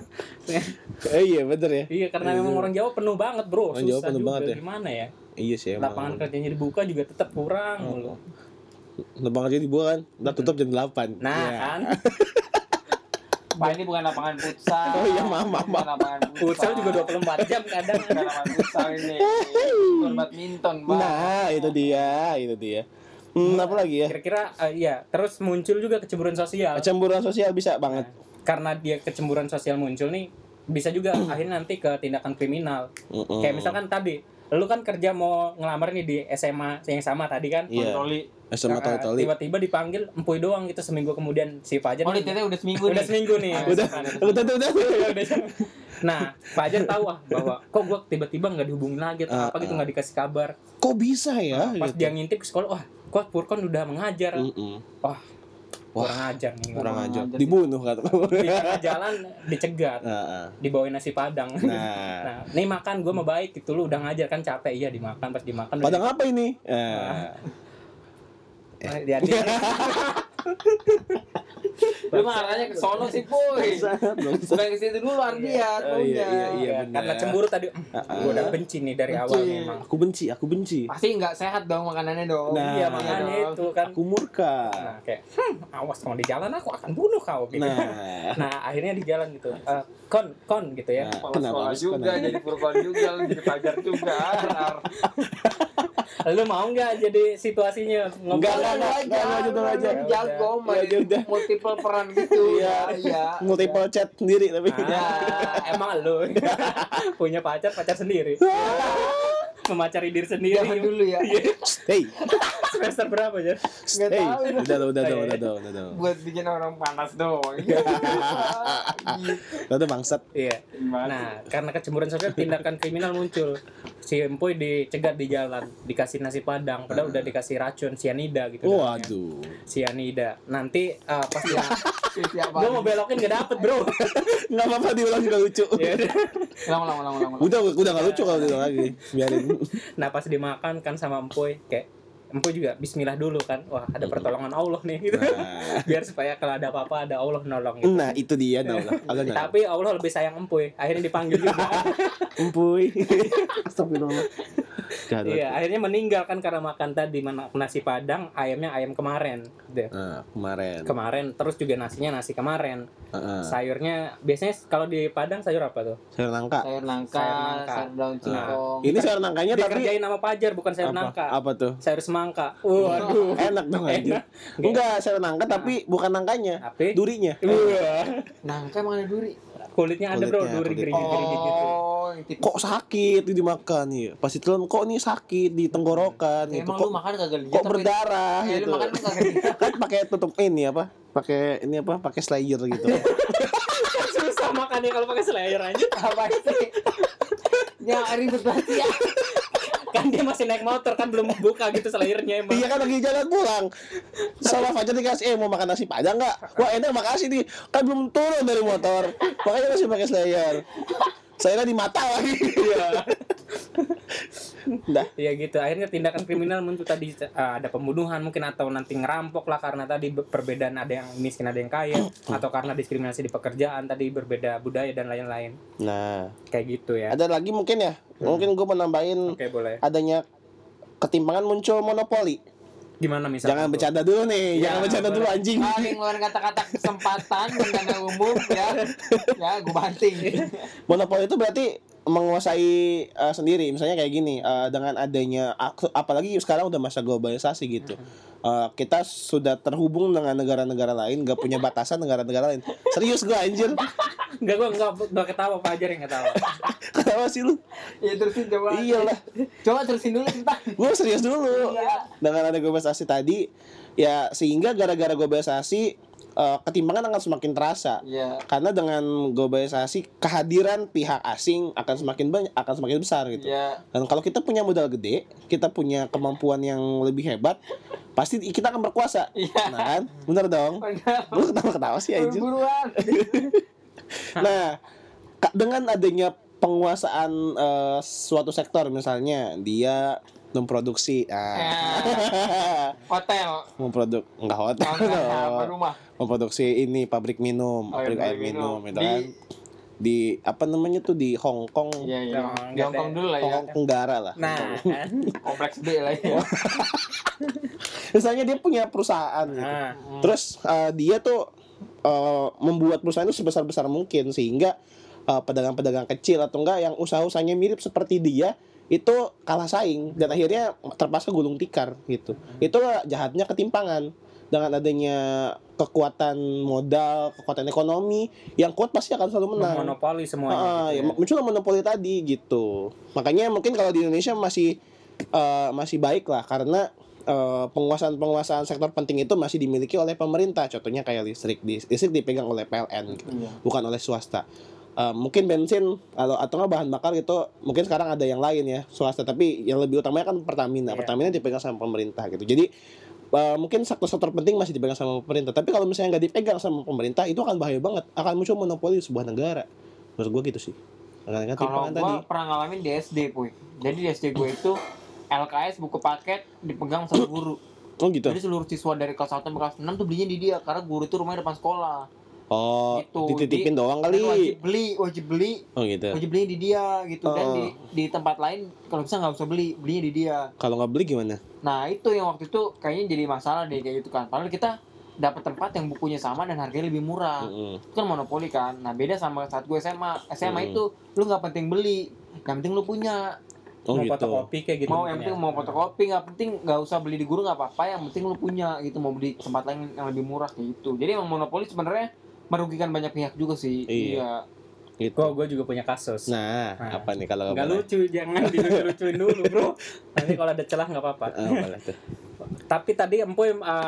Iya bener ya. Iya, karena memang orang Jawa penuh banget, Bro. Orang Susah Jawa penuh juga banget ya. gimana ya? Iya sih emang. Lapangan kerjanya dibuka juga tetap kurang mulu. Lapangan kerja dibuka kan, udah tutup jam 8. Nah, Iya. kan. Pak, ini bukan lapangan futsal. Oh iya, maaf. Bukan lapangan Futsal juga 24 jam kadang. Bukan lapangan futsal ini. Bukan badminton, Pak. Nah, itu dia. Apa lagi ya? Kira-kira iya, terus muncul juga kecemburuan sosial. Kecemburuan sosial bisa banget. Karena dia kecemburuan sosial muncul nih, bisa juga akhirnya nanti ke tindakan kriminal. Kayak misalkan tadi, lu kan kerja mau ngelamar nih di SMA yang sama tadi kan? Iya. Toli. SMA Toli. Tiba-tiba dipanggil empuy doang gitu, seminggu kemudian si Fajar Oh, ditanya udah seminggu udah nih. seminggu nih. Udah. Nah, Fajar tahu bahwa kok gua tiba-tiba nggak dihubungin lagi atau apa gitu, nggak dikasih kabar. Kok bisa ya? Pas gitu. dia ngintip ke sekolah, wah, kok Purkon udah mengajar. Wah, kurang ajar nih. Kurang aja. Dibunuh kata. Di tengah jalan dicegat, dibawain nasi padang. Nah, nih makan, gue mau baik gitu, lu udah ngajar kan capek, iya dimakan, pas dimakan. Padang apa ini? Jadi Lu mah arahnya ke sono sih, Boy. Bukan ke situ dulu Ardiat. Iya, benar. karena cemburu tadi, gue udah benci nih dari awal memang. Aku benci. Pasti nggak sehat dong makanannya dong. Nah, Iya makanya itu kan. Aku murka. Nah, kayak awas kalau di jalan aku akan bunuh kau gitu. Nah, akhirnya di jalan gitu. Kon gitu ya. Kepala Kenapa sekolah harus juga, kenapa? jadi Purkon juga, lu jadi Fajar juga. Lu mau nggak jadi situasinya Enggak aja. Jago main Ya udah. multiple peran gitu. Iya. Multiple chat sendiri tapi. Emang lu punya pacar sendiri. Memacari diri sendiri. Jangan dulu ya. Hey. Semester berapa aja? Nggak Hey. tahu. Udah. Buat bikin orang panas doang. Udah bangsat. Iya. Nah, karena kecemburuan sosial, tindakan kriminal muncul. Si empuy dicegat di jalan, dikasih nasi padang, padahal udah dikasih racun sianida gitu. namanya. Waduh. Sianida. Nanti pas dia Siapa? gue mau belokin gak dapet, Bro. Enggak apa-apa diulang juga lucu. Ya udah. Ulang. Udah nggak lucu kalau diulang lagi. Biarin. Nah, pas dimakan kan sama empuy, kayak empuy juga bismillah dulu kan. Wah, ada pertolongan Allah nih gitu. Biar supaya kalau ada apa-apa ada Allah nolong gitu. Nah, itu dia Allah. Tapi Allah lebih sayang empuy. Akhirnya dipanggil juga. Empuy. Astagfirullah. Iya, akhirnya meninggal kan karena makan tadi nasi padang, ayamnya ayam kemarin. Kemarin, terus juga nasinya nasi kemarin. Sayurnya biasanya kalau di Padang sayur apa tuh? Sayur nangka. Sayur nangka, sayur daun singkong. Ini sayur nangkanya tapi Dikerjain nama Pajar bukan sayur nangka. apa tuh? Sayur semangka. Waduh. Enak dong aja. Enggak, sayur nangka tapi bukan nangkanya. Tapi Durinya. Wah. Nangka emang ada duri. kulitnya ada bro, Kulitnya, duri-geri gitu. Kok sakit dimakan ya? Pasti telan kok nih sakit di tenggorokan gitu. Emang Kok lu makan kagak lihat? kok berdarah Lu gitu. makan kagak lihat. Kan pakai tutup ini apa? Pakai slayer gitu. Susah makannya kalau pakai slayer aja. Apa sih? Ya ribet banget ya. Kan dia masih naik motor kan belum buka gitu slayernya emang. Iya kan lagi jalan pulang. Sama Fajar dikasih mau makan nasi padang nggak? Wah enak makasih nih. Kan belum turun dari motor. Makanya masih pakai slayer. Saya di mata lagi. Iya. Dah. Ya gitu. Akhirnya tindakan kriminal muncul tadi ada pembunuhan mungkin atau nanti ngerampok lah karena tadi perbedaan ada yang miskin ada yang kaya atau karena diskriminasi di pekerjaan tadi berbeda budaya dan lain-lain. Nah, Kayak gitu ya. ada lagi mungkin ya. Mungkin gue menambahin Oke, boleh. adanya ketimpangan muncul monopoli. Gimana misalnya? Jangan bercanda dulu nih, Ya, jangan bercanda dulu anjing. Paling ngeluarin kata-kata kesempatan dan umum ya. Ya, gue banting. Monopoli itu berarti menguasai sendiri. Misalnya kayak gini, dengan adanya apalagi sekarang udah masa globalisasi gitu. Kita sudah terhubung dengan negara-negara lain, gak punya batasan negara-negara lain. Serius gue anjir. Enggak ketawa Fajar yang ketawa. Kenapa sih lu? Ya terusin coba. Iyalah. Coba terusin dulu kita. Gue serius dulu. Iya. Dengan ada globalisasi tadi, ya sehingga gara-gara globalisasi ketimpangan akan semakin terasa. Iya. Karena dengan globalisasi kehadiran pihak asing akan semakin banyak, akan semakin besar gitu. Iya. Dan kalau kita punya modal gede, kita punya kemampuan yang lebih hebat, pasti kita akan berkuasa. Iya. Nah kan? Bener dong. Benar. Lu ketawa-ketawa sih anjir. Buruan. Nah, dengan adanya penguasaan suatu sektor misalnya dia memproduksi Hotel. enggak hotel Apa rumah? memproduksi ini pabrik minum, Oh, pabrik iya, air pabrik minum minum. itu kan di apa namanya tuh di Hong Kong, Iya, iya. Jangan, Di Hongkong dulu lah ya. Hong Kong Tenggara lah. Nah, kan. Kompleks B lah ya. Misalnya dia punya perusahaan gitu. Nah, Terus dia tuh membuat perusahaan itu sebesar-besar mungkin sehingga pedagang-pedagang kecil atau enggak yang usaha-usahanya mirip seperti dia itu kalah saing dan akhirnya terpaksa gulung tikar gitu. Itulah jahatnya ketimpangan. Dengan adanya kekuatan modal, kekuatan ekonomi yang kuat pasti akan selalu menang. monopoli semuanya gitu Ya, ya. muncullah monopoli tadi gitu. Makanya mungkin kalau di Indonesia masih baik lah karena penguasaan sektor penting itu masih dimiliki oleh pemerintah. Contohnya kayak listrik dipegang oleh PLN gitu, bukan oleh swasta. Mungkin bensin atau nggak bahan bakar gitu mungkin sekarang ada yang lain ya swasta, tapi yang lebih utamanya kan Pertamina. Iya. Pertamina dipegang sama pemerintah gitu. Jadi mungkin sektor-sektor penting masih dipegang sama pemerintah, tapi kalau misalnya nggak dipegang sama pemerintah itu akan bahaya banget, akan muncul monopoli di sebuah negara. Menurut gue gitu sih. Kalau Timpangan gue tadi. pernah ngalamin di SD, Puy. Jadi di SD gue itu LKS buku paket dipegang sama guru. Oh gitu. Jadi seluruh siswa dari kelas 1 sampai kelas 6 tuh belinya di dia karena guru itu rumahnya depan sekolah. Oh, Gitu. dititipin doang Dan kali. wajib beli Oh gitu. wajib belinya di dia gitu. Dan Oh. di tempat lain kalau bisa nggak usah belinya di dia. Kalau nggak beli gimana? Nah itu yang waktu itu kayaknya jadi masalah deh kayak gitu kan. Padahal kita dapat tempat yang bukunya sama dan harganya lebih murah. Itu kan monopoli kan. Nah beda sama saat gue SMA itu lu nggak penting beli, yang penting lu punya. Oh Mau gitu. fotokopi kayak gitu Mau yang mungkin penting ya. mau fotokopi, nggak penting nggak usah beli di guru nggak apa-apa, yang penting lu punya gitu, mau beli tempat lain yang lebih murah kayak gitu. Jadi emang monopoli sebenarnya merugikan banyak pihak juga sih. Iya. Gitu. Gue juga punya kasus. Nah, apa nih kalau Nggak lucu, jangan dilucu-lucuin dulu bro. Nanti kalau ada celah nggak apa-apa. boleh tuh. Tapi tadi Empoy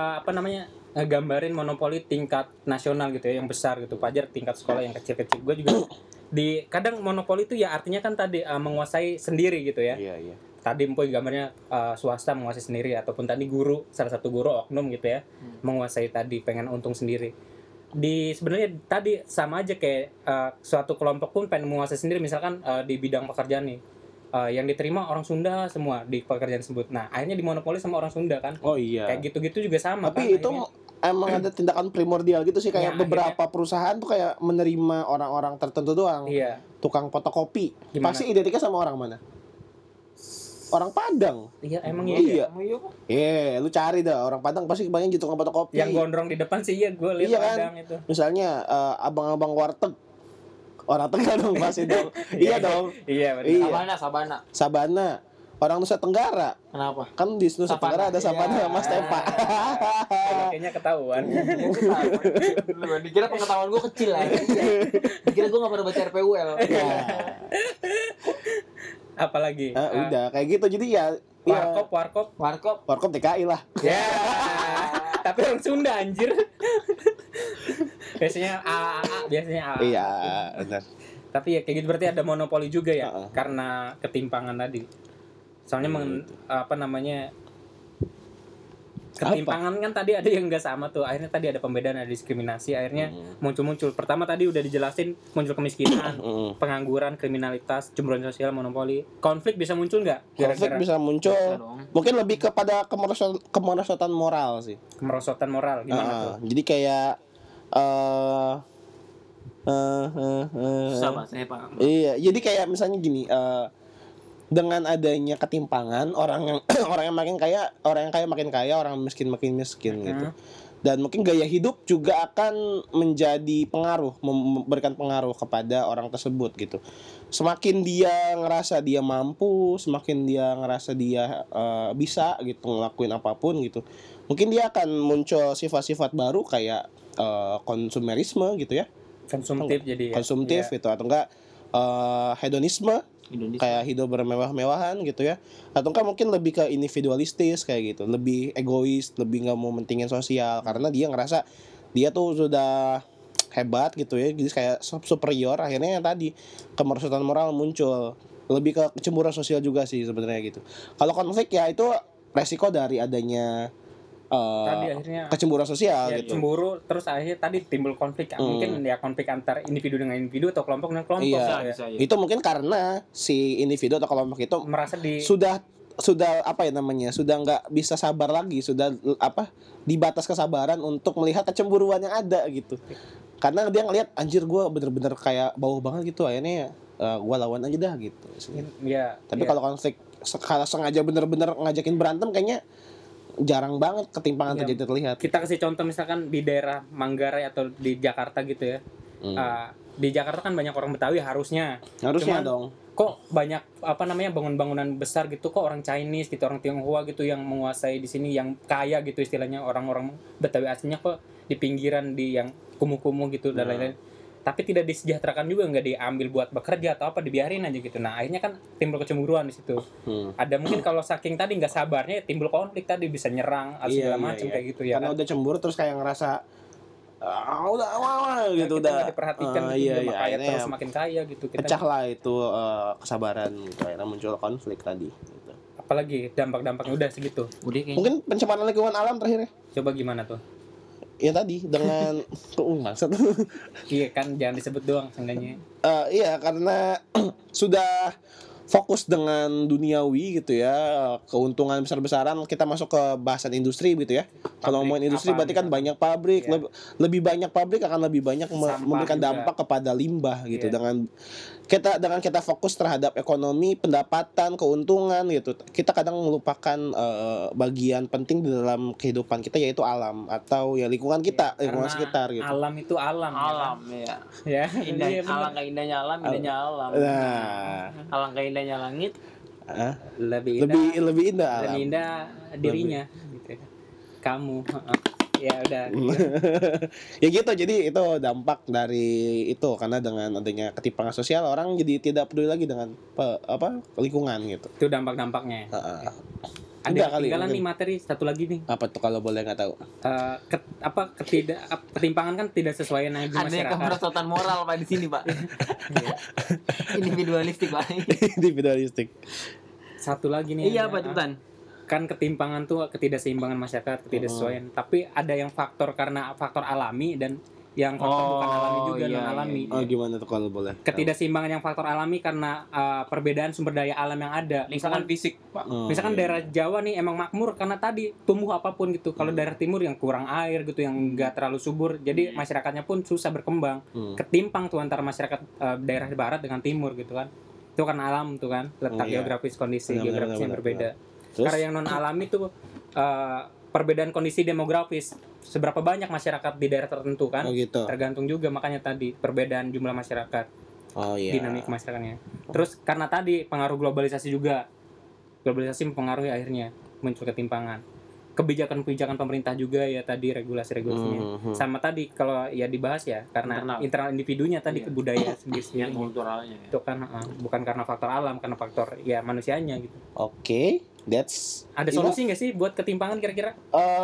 ngegambarin monopoli tingkat nasional gitu ya, yang besar gitu. Fajar tingkat sekolah yang kecil-kecil. Gue juga kadang monopoli itu ya artinya kan tadi menguasai sendiri gitu ya. Iya. Tadi Empoy gambarnya swasta menguasai sendiri ataupun tadi salah satu guru oknum gitu ya, menguasai tadi pengen untung sendiri. Sebenarnya tadi sama aja kayak suatu kelompok pun pengen menguasai sendiri, misalkan di bidang pekerjaan nih. Yang diterima orang Sunda semua di pekerjaan tersebut. Nah, akhirnya dimonopoli sama orang Sunda kan. Oh iya. Kayak gitu-gitu juga sama kan. Tapi itu akhirnya. emang ada tindakan primordial gitu sih, kayak Ya, beberapa perusahaan tuh kayak menerima orang-orang tertentu doang. Iya. Tukang fotokopi. Gimana? Pasti identiknya sama orang mana? Orang Padang. Iya, emang Iya. Emang iya kok. Lu cari dah orang Padang pasti kebanyakan gitu tukang fotokopi. Yang gondrong di depan sih gue lihat Iya kan? Padang itu. Misalnya abang-abang warteg. Orang Tegal dong pasti dong. Iya dong. Iya, benar. Iya. Sabana. Orang Nusa Tenggara. Kenapa? Kan di Nusa Sapana. Tenggara ada Sapana Iya. sama Stepa. kayaknya ketahuan. Lu dikira pengetahuan gue kecil lah. Dikira gue nggak pernah baca RPUL. Apalagi? Udah kayak gitu. Jadi ya Warkop TKI lah. ya. Tapi orang Sunda anjir. Biasanya A. Iya, benar. Tapi ya kayak gitu berarti ada monopoli juga ya, karena ketimpangan tadi. Soalnya ketimpangan kan tadi ada yang nggak sama tuh. Akhirnya tadi ada pembedaan, ada diskriminasi. Akhirnya muncul. Pertama tadi udah dijelasin, muncul kemiskinan, pengangguran, kriminalitas, cemburuan sosial, monopoli. Konflik bisa muncul nggak? Konflik bisa muncul. Mungkin lebih kepada kemerosotan moral sih. Kemerosotan moral gimana tuh? Jadi kayak Sama saya paham. Iya, jadi kayak misalnya gini, dengan adanya ketimpangan orang yang makin kaya, orang yang kaya makin kaya, orang miskin makin miskin gitu. Dan mungkin gaya hidup juga akan menjadi memberikan pengaruh kepada orang tersebut gitu. Semakin dia ngerasa dia mampu, semakin dia ngerasa dia bisa gitu ngelakuin apapun gitu. Mungkin dia akan muncul sifat-sifat baru kayak konsumerisme gitu ya. Konsumtif jadi ya. Konsumtif gitu atau enggak hedonisme. Kayak hidup bermewah-mewahan gitu ya, atau enggak mungkin lebih ke individualistis kayak gitu, lebih egois, lebih nggak mau mentingin sosial karena dia ngerasa dia tuh sudah hebat gitu ya, jadi kayak superior. Akhirnya yang tadi kemerosotan moral muncul, lebih ke kecemburuan sosial juga sih sebenarnya gitu. Kalau konflik ya itu resiko dari adanya tadi akhirnya kecemburuan sosial ya, gitu. Cemburu terus akhirnya tadi timbul konflik. Mungkin ya konflik antar individu dengan individu atau kelompok dengan kelompok. Iya, ya. Itu mungkin karena si individu atau kelompok itu merasa sudah apa ya namanya, sudah nggak bisa sabar lagi, sudah di batas kesabaran untuk melihat kecemburuan yang ada gitu. Karena dia ngelihat anjir gue bener-bener kayak bawah banget gitu, akhirnya gue lawan aja dah gitu. Iya. Tapi kalau konflik kalau sengaja bener-bener ngajakin berantem kayaknya jarang banget ketimpangan terjadi terlihat. Kita kasih contoh misalkan di daerah Manggarai atau di Jakarta gitu ya. Di Jakarta kan banyak orang Betawi harusnya. Cuman, dong. Kok banyak bangunan-bangunan besar gitu, kok orang Chinese gitu, orang Tionghoa gitu yang menguasai di sini, yang kaya gitu istilahnya, orang-orang Betawi aslinya kok di pinggiran, di yang kumuh-kumuh gitu dan lain-lain. Tapi tidak disejahterakan juga, nggak diambil buat bekerja atau apa, dibiarin aja gitu. Nah akhirnya kan timbul kecemburuan di situ. Ada mungkin kalau saking tadi nggak sabarnya timbul konflik tadi, bisa nyerang segala macam kayak gitu ya. Karena udah cemburu terus kayak ngerasa gitu, kita udah diperhatikan gitu, makanya terus makin kaya gitu. Pecah lah itu kesabaran gitu, akhirnya muncul konflik tadi. Gitu. Apalagi dampak-dampaknya udah segitu. Mungkin pencemaran lingkungan alam terakhir ya. Coba gimana tuh? Ya tadi dengan maksud iya kan jangan disebut doang seenggaknya. Iya karena sudah fokus dengan duniawi gitu ya, keuntungan besar-besaran. Kita masuk ke bahasan industri gitu ya. Kalau ngomongin industri berarti kan banyak pabrik, lebih banyak pabrik akan lebih banyak memberikan dampak kepada limbah gitu. Dengan kita fokus terhadap ekonomi, pendapatan, keuntungan gitu. Kita kadang melupakan bagian penting di dalam kehidupan kita, yaitu alam atau ya lingkungan kita, lingkungan sekitar gitu. Alam itu alam ya. Ya, indah, alangkah indahnya alam, indahnya alam. Nah, alangkah indahnya langit, lebih indah alam. Lebih indah dirinya gitu. Kamu ya udah ya gitu. Jadi itu dampak dari itu, karena dengan adanya ketimpangan sosial orang jadi tidak peduli lagi dengan lingkungan gitu. Itu dampak-dampaknya. Ada ketinggalan nih materi satu lagi nih. Apa tuh kalau boleh nggak tahu? Ketimpangan kan tidak sesuai dengan masyarakat. Ada kemerosotan moral Pak di sini Pak. Individualistik Pak. Individualistik. Satu lagi nih. Iya Pak, cepetan. Kan ketimpangan tuh ketidakseimbangan masyarakat, ketidaksesuaian. Tapi ada yang faktor karena faktor alami dan yang faktor bukan alami juga, non alami. Gimana tuh kalau boleh? Ketidakseimbangan yang faktor alami karena perbedaan sumber daya alam yang ada. Lingkungan fisik Pak. Misalkan daerah Jawa nih emang makmur karena tadi tumbuh apapun gitu. Kalau daerah timur yang kurang air gitu, yang enggak terlalu subur, jadi masyarakatnya pun susah berkembang. Ketimpang tuh antara masyarakat daerah barat dengan timur gitu kan. Itu kan alam tuh kan, letak geografis, kondisi geografis yang berbeda. Karena yang non alami tuh perbedaan kondisi demografis, seberapa banyak masyarakat di daerah tertentu kan, tergantung juga, makanya tadi perbedaan jumlah masyarakat, dinamika masyarakatnya. Terus karena tadi pengaruh globalisasi juga, globalisasi mempengaruhi akhirnya muncul ketimpangan. kebijakan-kebijakan pemerintah juga ya tadi regulasi-regulasinya. Sama tadi kalau ya dibahas ya karena internal individunya tadi ke budaya sendiri kulturalnya. Itu kan bukan karena faktor alam, karena faktor ya manusianya gitu. Oke, that's ada solusi nggak sih buat ketimpangan kira-kira?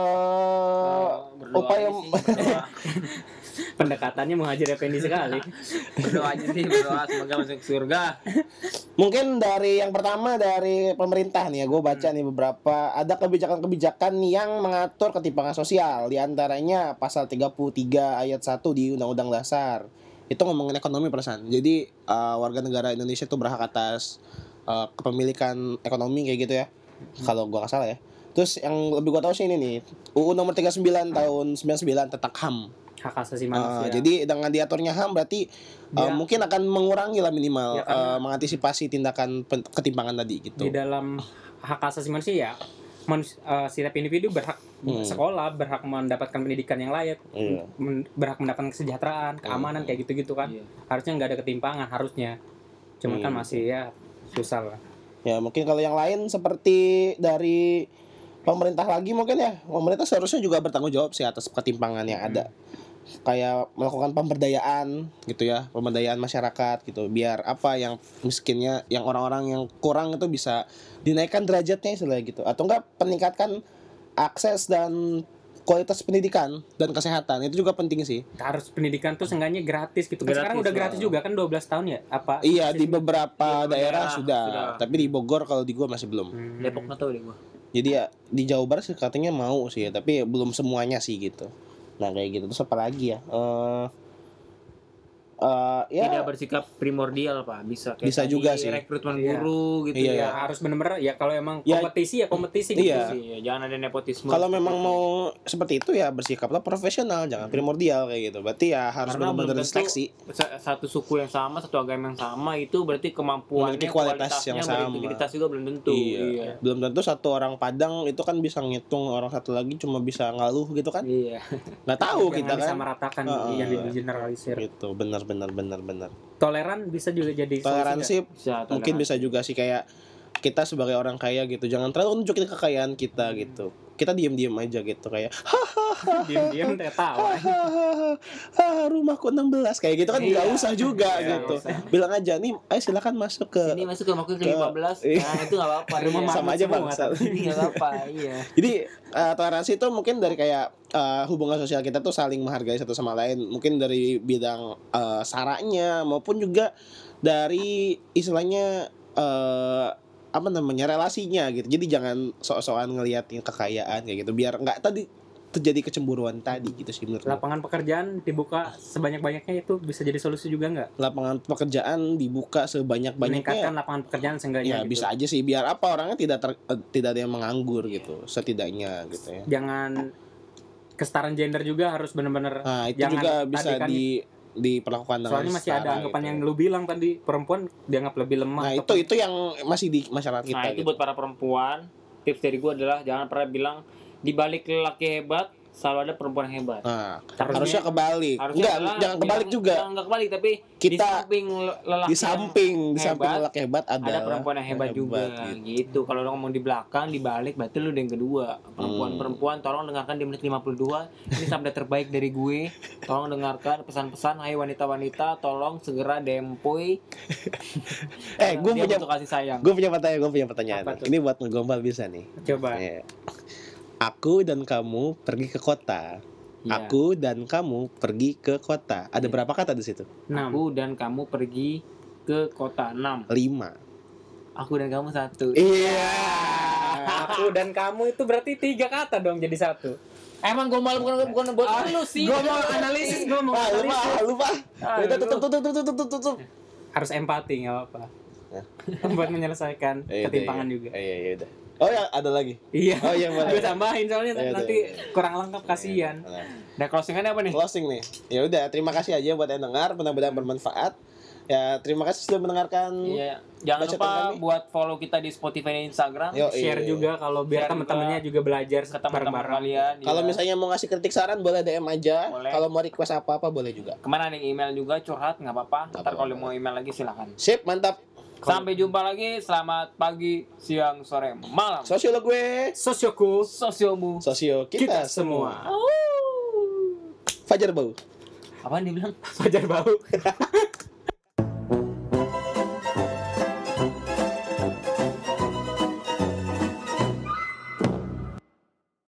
Upaya pendekatannya Muhajir Effendi sekali. Berdoa aja sih, berdoa semoga masuk surga. Mungkin dari yang pertama dari pemerintah nih ya, gue baca nih beberapa ada kebijakan-kebijakan yang mengatur ketimpangan sosial, di antaranya pasal 33 ayat 1 di Undang-Undang Dasar. Itu ngomongin ekonomi perasaan. Jadi warga negara Indonesia itu berhak atas kepemilikan ekonomi kayak gitu ya. Kalau gue nggak salah ya. Terus yang lebih gue tahu sih ini nih, UU nomor 39 tahun 99 tentang HAM. Hak asasi manusia. Jadi dengan diaturnya HAM berarti mungkin akan mengurangi lah minimal ya, mengantisipasi tindakan ketimpangan tadi gitu. Di dalam hak asasi manusia ya, setiap individu berhak sekolah, berhak mendapatkan pendidikan yang layak, berhak mendapatkan kesejahteraan, keamanan kayak gitu-gitu kan. Harusnya nggak ada ketimpangan harusnya. Cuman kan masih ya susah lah. Ya mungkin kalau yang lain seperti dari pemerintah lagi mungkin ya, pemerintah seharusnya juga bertanggung jawab sih atas ketimpangan yang ada. Kayak melakukan pemberdayaan gitu ya, pemberdayaan masyarakat gitu, biar apa yang miskinnya, yang orang-orang yang kurang itu bisa dinaikkan derajatnya istilahnya gitu, atau enggak peningkatkan akses dan kualitas pendidikan dan kesehatan, itu juga penting sih. Harus pendidikan tuh seenggaknya gratis gitu. Kan sekarang udah gratis juga kan 12 tahun ya? Apa? Iya, di beberapa daerah sudah, tapi di Bogor kalau di gua masih belum. Depok nggak tahu deh gua. Jadi ya di Jawa Barat sih katanya mau sih ya, tapi belum semuanya sih gitu. Nah kayak gitu. Terus apa lagi ya? Ya tidak bersikap primordial Pak, bisa kayak bisa juga sih rekrutmen guru gitu ya. Harus benar-benar ya, kalau emang kompetisi gitu sih ya, jangan ada nepotisme. Kalau memang mau seperti itu ya bersikaplah profesional, jangan primordial kayak gitu. Berarti ya harus benar-benar seleksi. Satu suku yang sama, satu agama yang sama itu berarti kemampuannya, kualitas yang sama, integritas juga belum tentu. Iya. Belum tentu satu orang Padang itu kan bisa ngitung, orang satu lagi cuma bisa ngaluh gitu kan. Iya. Nggak tahu kita bisa kan meratakan yang generalisir. Itu benar. Toleran bisa juga jadi toleransi mungkin bisa juga sih, kayak kita sebagai orang kaya gitu jangan terlalu nunjukin kekayaan kita gitu, kita diem aja gitu, kayak diem tawa rumahku 16 kayak gitu kan, nggak usah juga gitu, bilang aja nih ayo silakan masuk ke sini, masuk ke rumahku ke 15. Nah itu nggak apa-apa, rumah sama aja bang. Nggak apa-apa. Iya, jadi toleransi itu mungkin dari kayak hubungan sosial kita tuh saling menghargai satu sama lain, mungkin dari bidang saranya maupun juga dari istilahnya relasinya gitu. Jadi jangan sok-sokan ngeliatin kekayaan kayak gitu, biar nggak tadi terjadi kecemburuan tadi gitu sih menurut. Lapangan pekerjaan dibuka sebanyak-banyaknya itu bisa jadi solusi juga nggak? Lapangan pekerjaan dibuka sebanyak-banyaknya. Meningkatkan lapangan pekerjaan seenggaknya. Ya gitu. Bisa aja sih, biar apa orangnya tidak ada yang menganggur gitu, setidaknya gitu ya. Jangan kesetaraan gender juga harus benar-benar. Nah itu juga bisa diperlakukan dengan soalnya masih ada anggapan gitu. Yang lu bilang tadi perempuan dianggap lebih lemah. Nah itu yang masih di masyarakat kita. Nah itu gitu. Buat para perempuan, tips dari gue adalah jangan pernah bilang di balik lelaki hebat selalu ada perempuan yang hebat. Nah, harusnya kebalik. Jangan kebalik juga. Enggak kebalik, tapi kita di samping lelaki hebat ada perempuan yang hebat juga gitu. Kalau lo ngomong di belakang, di balik berarti lu yang kedua. Perempuan tolong dengarkan di menit 52. Ini sabda terbaik dari gue. Tolong dengarkan pesan-pesan, hai wanita-wanita, tolong segera dempoy. Gue punya kasih sayang. Gue punya pertanyaan. Ini buat ngegombal bisa nih. Coba. Aku dan kamu pergi ke kota. Ya. Aku dan kamu pergi ke kota. Ada berapa kata di situ? 6. Aku dan kamu pergi ke kota. 6. 5. Aku dan kamu 1. Iya. Aku dan kamu itu berarti 3 kata dong jadi 1. Emang gombal bukan buat lu sih. Gue mau analisis. Lupa. Udah tutup. Harus empati, nggak apa-apa. Buat menyelesaikan ketimpangan juga. Iya udah. Oh ya, ada lagi. Iya. Oh iya, boleh. Gue tambahin soalnya nanti kurang lengkap, kasihan. Nah, closingannya apa nih? Closing nih. Ya udah, terima kasih aja buat yang dengar, mudah-mudahan bermanfaat. Ya, terima kasih sudah mendengarkan. Iya. Jangan lupa buat follow kita di Spotify dan Instagram. Share juga kalau biar teman-temannya juga belajar bareng-bareng kalian. Kalau misalnya mau ngasih kritik saran boleh DM aja. Kalau mau request apa-apa boleh juga. Kemana nih, email juga curhat nggak apa-apa. Ntar kalau mau email lagi silakan. Sip, mantap. Sampai jumpa lagi. Selamat pagi, siang, sore, malam. Sosio lo gue, Sosioku, Sosiomu. sosio kita semua. Oh. Fajar bau. Apaan dia bilang? Fajar bau.